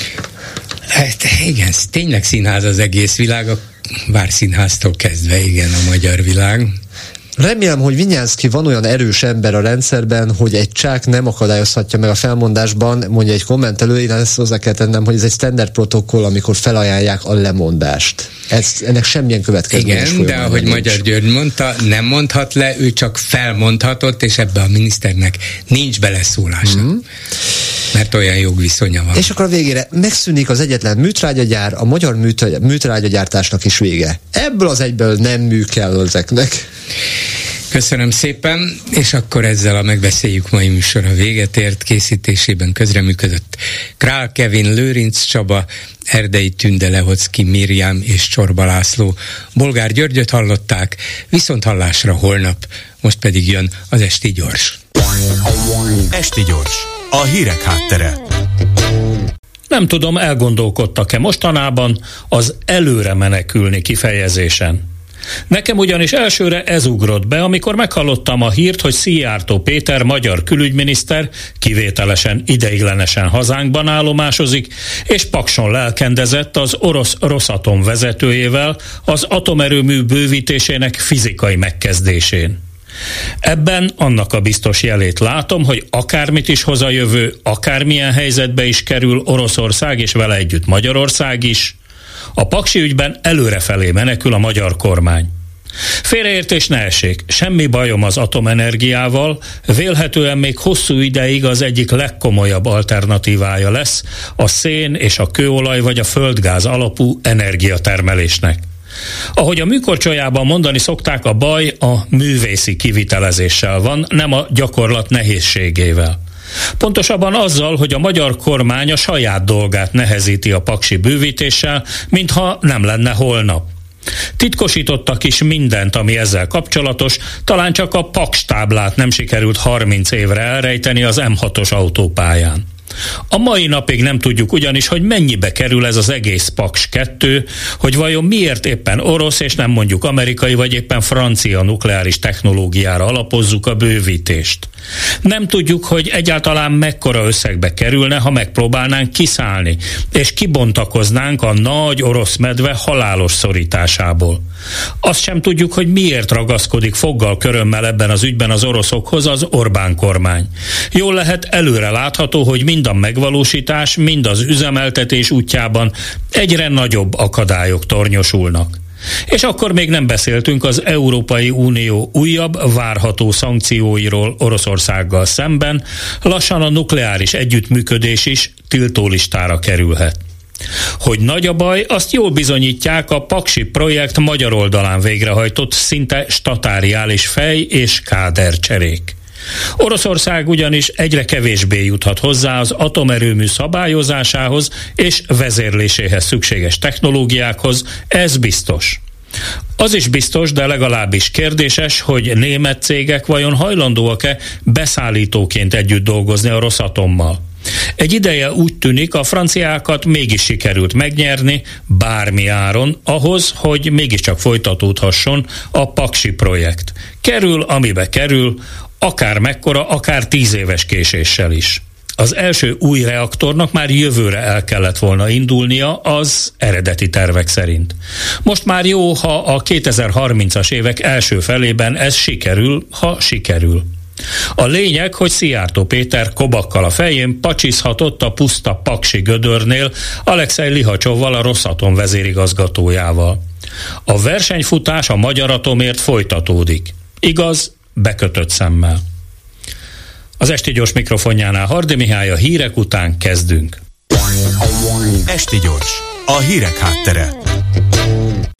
Speaker 3: Hát igen, tényleg színház az egész világ, a Várszínháztól kezdve, igen, a magyar világ.
Speaker 13: Remélem, hogy Vinyánszky van olyan erős ember a rendszerben, hogy egy csák nem akadályozhatja meg a felmondásban, mondja egy kommentelő, én ezt hozzá kell tennem, hogy ez egy standard protokoll, amikor felajánlják a lemondást. Ennek semmilyen következményes
Speaker 3: igen, de ahogy Magyar György mondta, nem mondhat le, ő csak felmondhatott, és ebbe a miniszternek nincs beleszólása. Mert olyan jogviszonya van.
Speaker 13: És akkor a végére megszűnik az egyetlen műtrágyagyár, a magyar műtrágyagyártásnak is vége. Ebből az egyből nem mű kell ezeknek.
Speaker 3: Köszönöm szépen, és akkor ezzel a Megbeszéljük mai műsora véget ért. Készítésében közreműködött Král Kevin, Lőrinc Csaba, Erdei Tünde, Lehocki Mirjám és Csorba László. Bolgár Györgyöt hallották, viszont hallásra holnap, most pedig jön az Esti Gyors.
Speaker 14: Esti Gyors, a hírek háttere.
Speaker 15: Nem tudom, elgondolkodtak-e mostanában az előre menekülni kifejezésen. Nekem ugyanis elsőre ez ugrott be, amikor meghallottam a hírt, hogy Szijjártó Péter magyar külügyminiszter kivételesen, ideiglenesen hazánkban állomásozik, és Pakson lelkendezett az orosz Rosatom vezetőjével az atomerőmű bővítésének fizikai megkezdésén. Ebben annak a biztos jelét látom, hogy akármit is hoz a jövő, akármilyen helyzetbe is kerül Oroszország és vele együtt Magyarország is, a Paksi ügyben előrefelé menekül a magyar kormány. Félreértés ne essék, semmi bajom az atomenergiával, vélhetően még hosszú ideig az egyik legkomolyabb alternatívája lesz a szén és a kőolaj vagy a földgáz alapú energiatermelésnek. Ahogy a műkorcsolyában mondani szokták, a baj a művészi kivitelezéssel van, nem a gyakorlat nehézségével. Pontosabban azzal, hogy a magyar kormány a saját dolgát nehezíti a paksi bővítéssel, mintha nem lenne holnap. Titkosítottak is mindent, ami ezzel kapcsolatos, talán csak a Paks táblát nem sikerült 30 évre elrejteni az M6-os autópályán. A mai napig nem tudjuk ugyanis, hogy mennyibe kerül ez az egész Paks 2, hogy vajon miért éppen orosz és nem mondjuk amerikai vagy éppen francia nukleáris technológiára alapozzuk a bővítést. Nem tudjuk, hogy egyáltalán mekkora összegbe kerülne, ha megpróbálnánk kiszállni, és kibontakoznánk a nagy orosz medve halálos szorításából. Azt sem tudjuk, hogy miért ragaszkodik foggal körömmel ebben az ügyben az oroszokhoz az Orbán kormány. Jól lehet előre látható, hogy mind a megvalósítás, mind az üzemeltetés útjában egyre nagyobb akadályok tornyosulnak. És akkor még nem beszéltünk az Európai Unió újabb, várható szankcióiról Oroszországgal szemben, lassan a nukleáris együttműködés is tiltólistára kerülhet. Hogy nagy a baj, azt jól bizonyítják a Paksi projekt magyar oldalán végrehajtott szinte statáriális fej- és kádercserék. Oroszország ugyanis egyre kevésbé juthat hozzá az atomerőmű szabályozásához és vezérléséhez szükséges technológiákhoz, ez biztos. Az is biztos, de legalábbis kérdéses, hogy német cégek vajon hajlandóak-e beszállítóként együtt dolgozni a Rosatommal. Egy ideje úgy tűnik, a franciákat mégis sikerült megnyerni bármi áron ahhoz, hogy mégiscsak folytatódhasson a Paksi projekt. Kerül, amibe kerül, akár mekkora, akár 10 éves késéssel is. Az első új reaktornak már jövőre el kellett volna indulnia az eredeti tervek szerint. Most már jó, ha a 2030-as évek első felében ez sikerül, ha sikerül. A lényeg, hogy Szijjártó Péter kobakkal a fején pacsizhatott a puszta paksi gödörnél Alexej Lihacsovval, a Rosatom vezérigazgatójával. A versenyfutás a Magyar Atomért folytatódik. Igaz, bekötött szemmel. Az Esti Gyors mikrofonjánál Hardy Mihály, a hírek után kezdünk.
Speaker 14: Esti Gyors, a hírek háttere.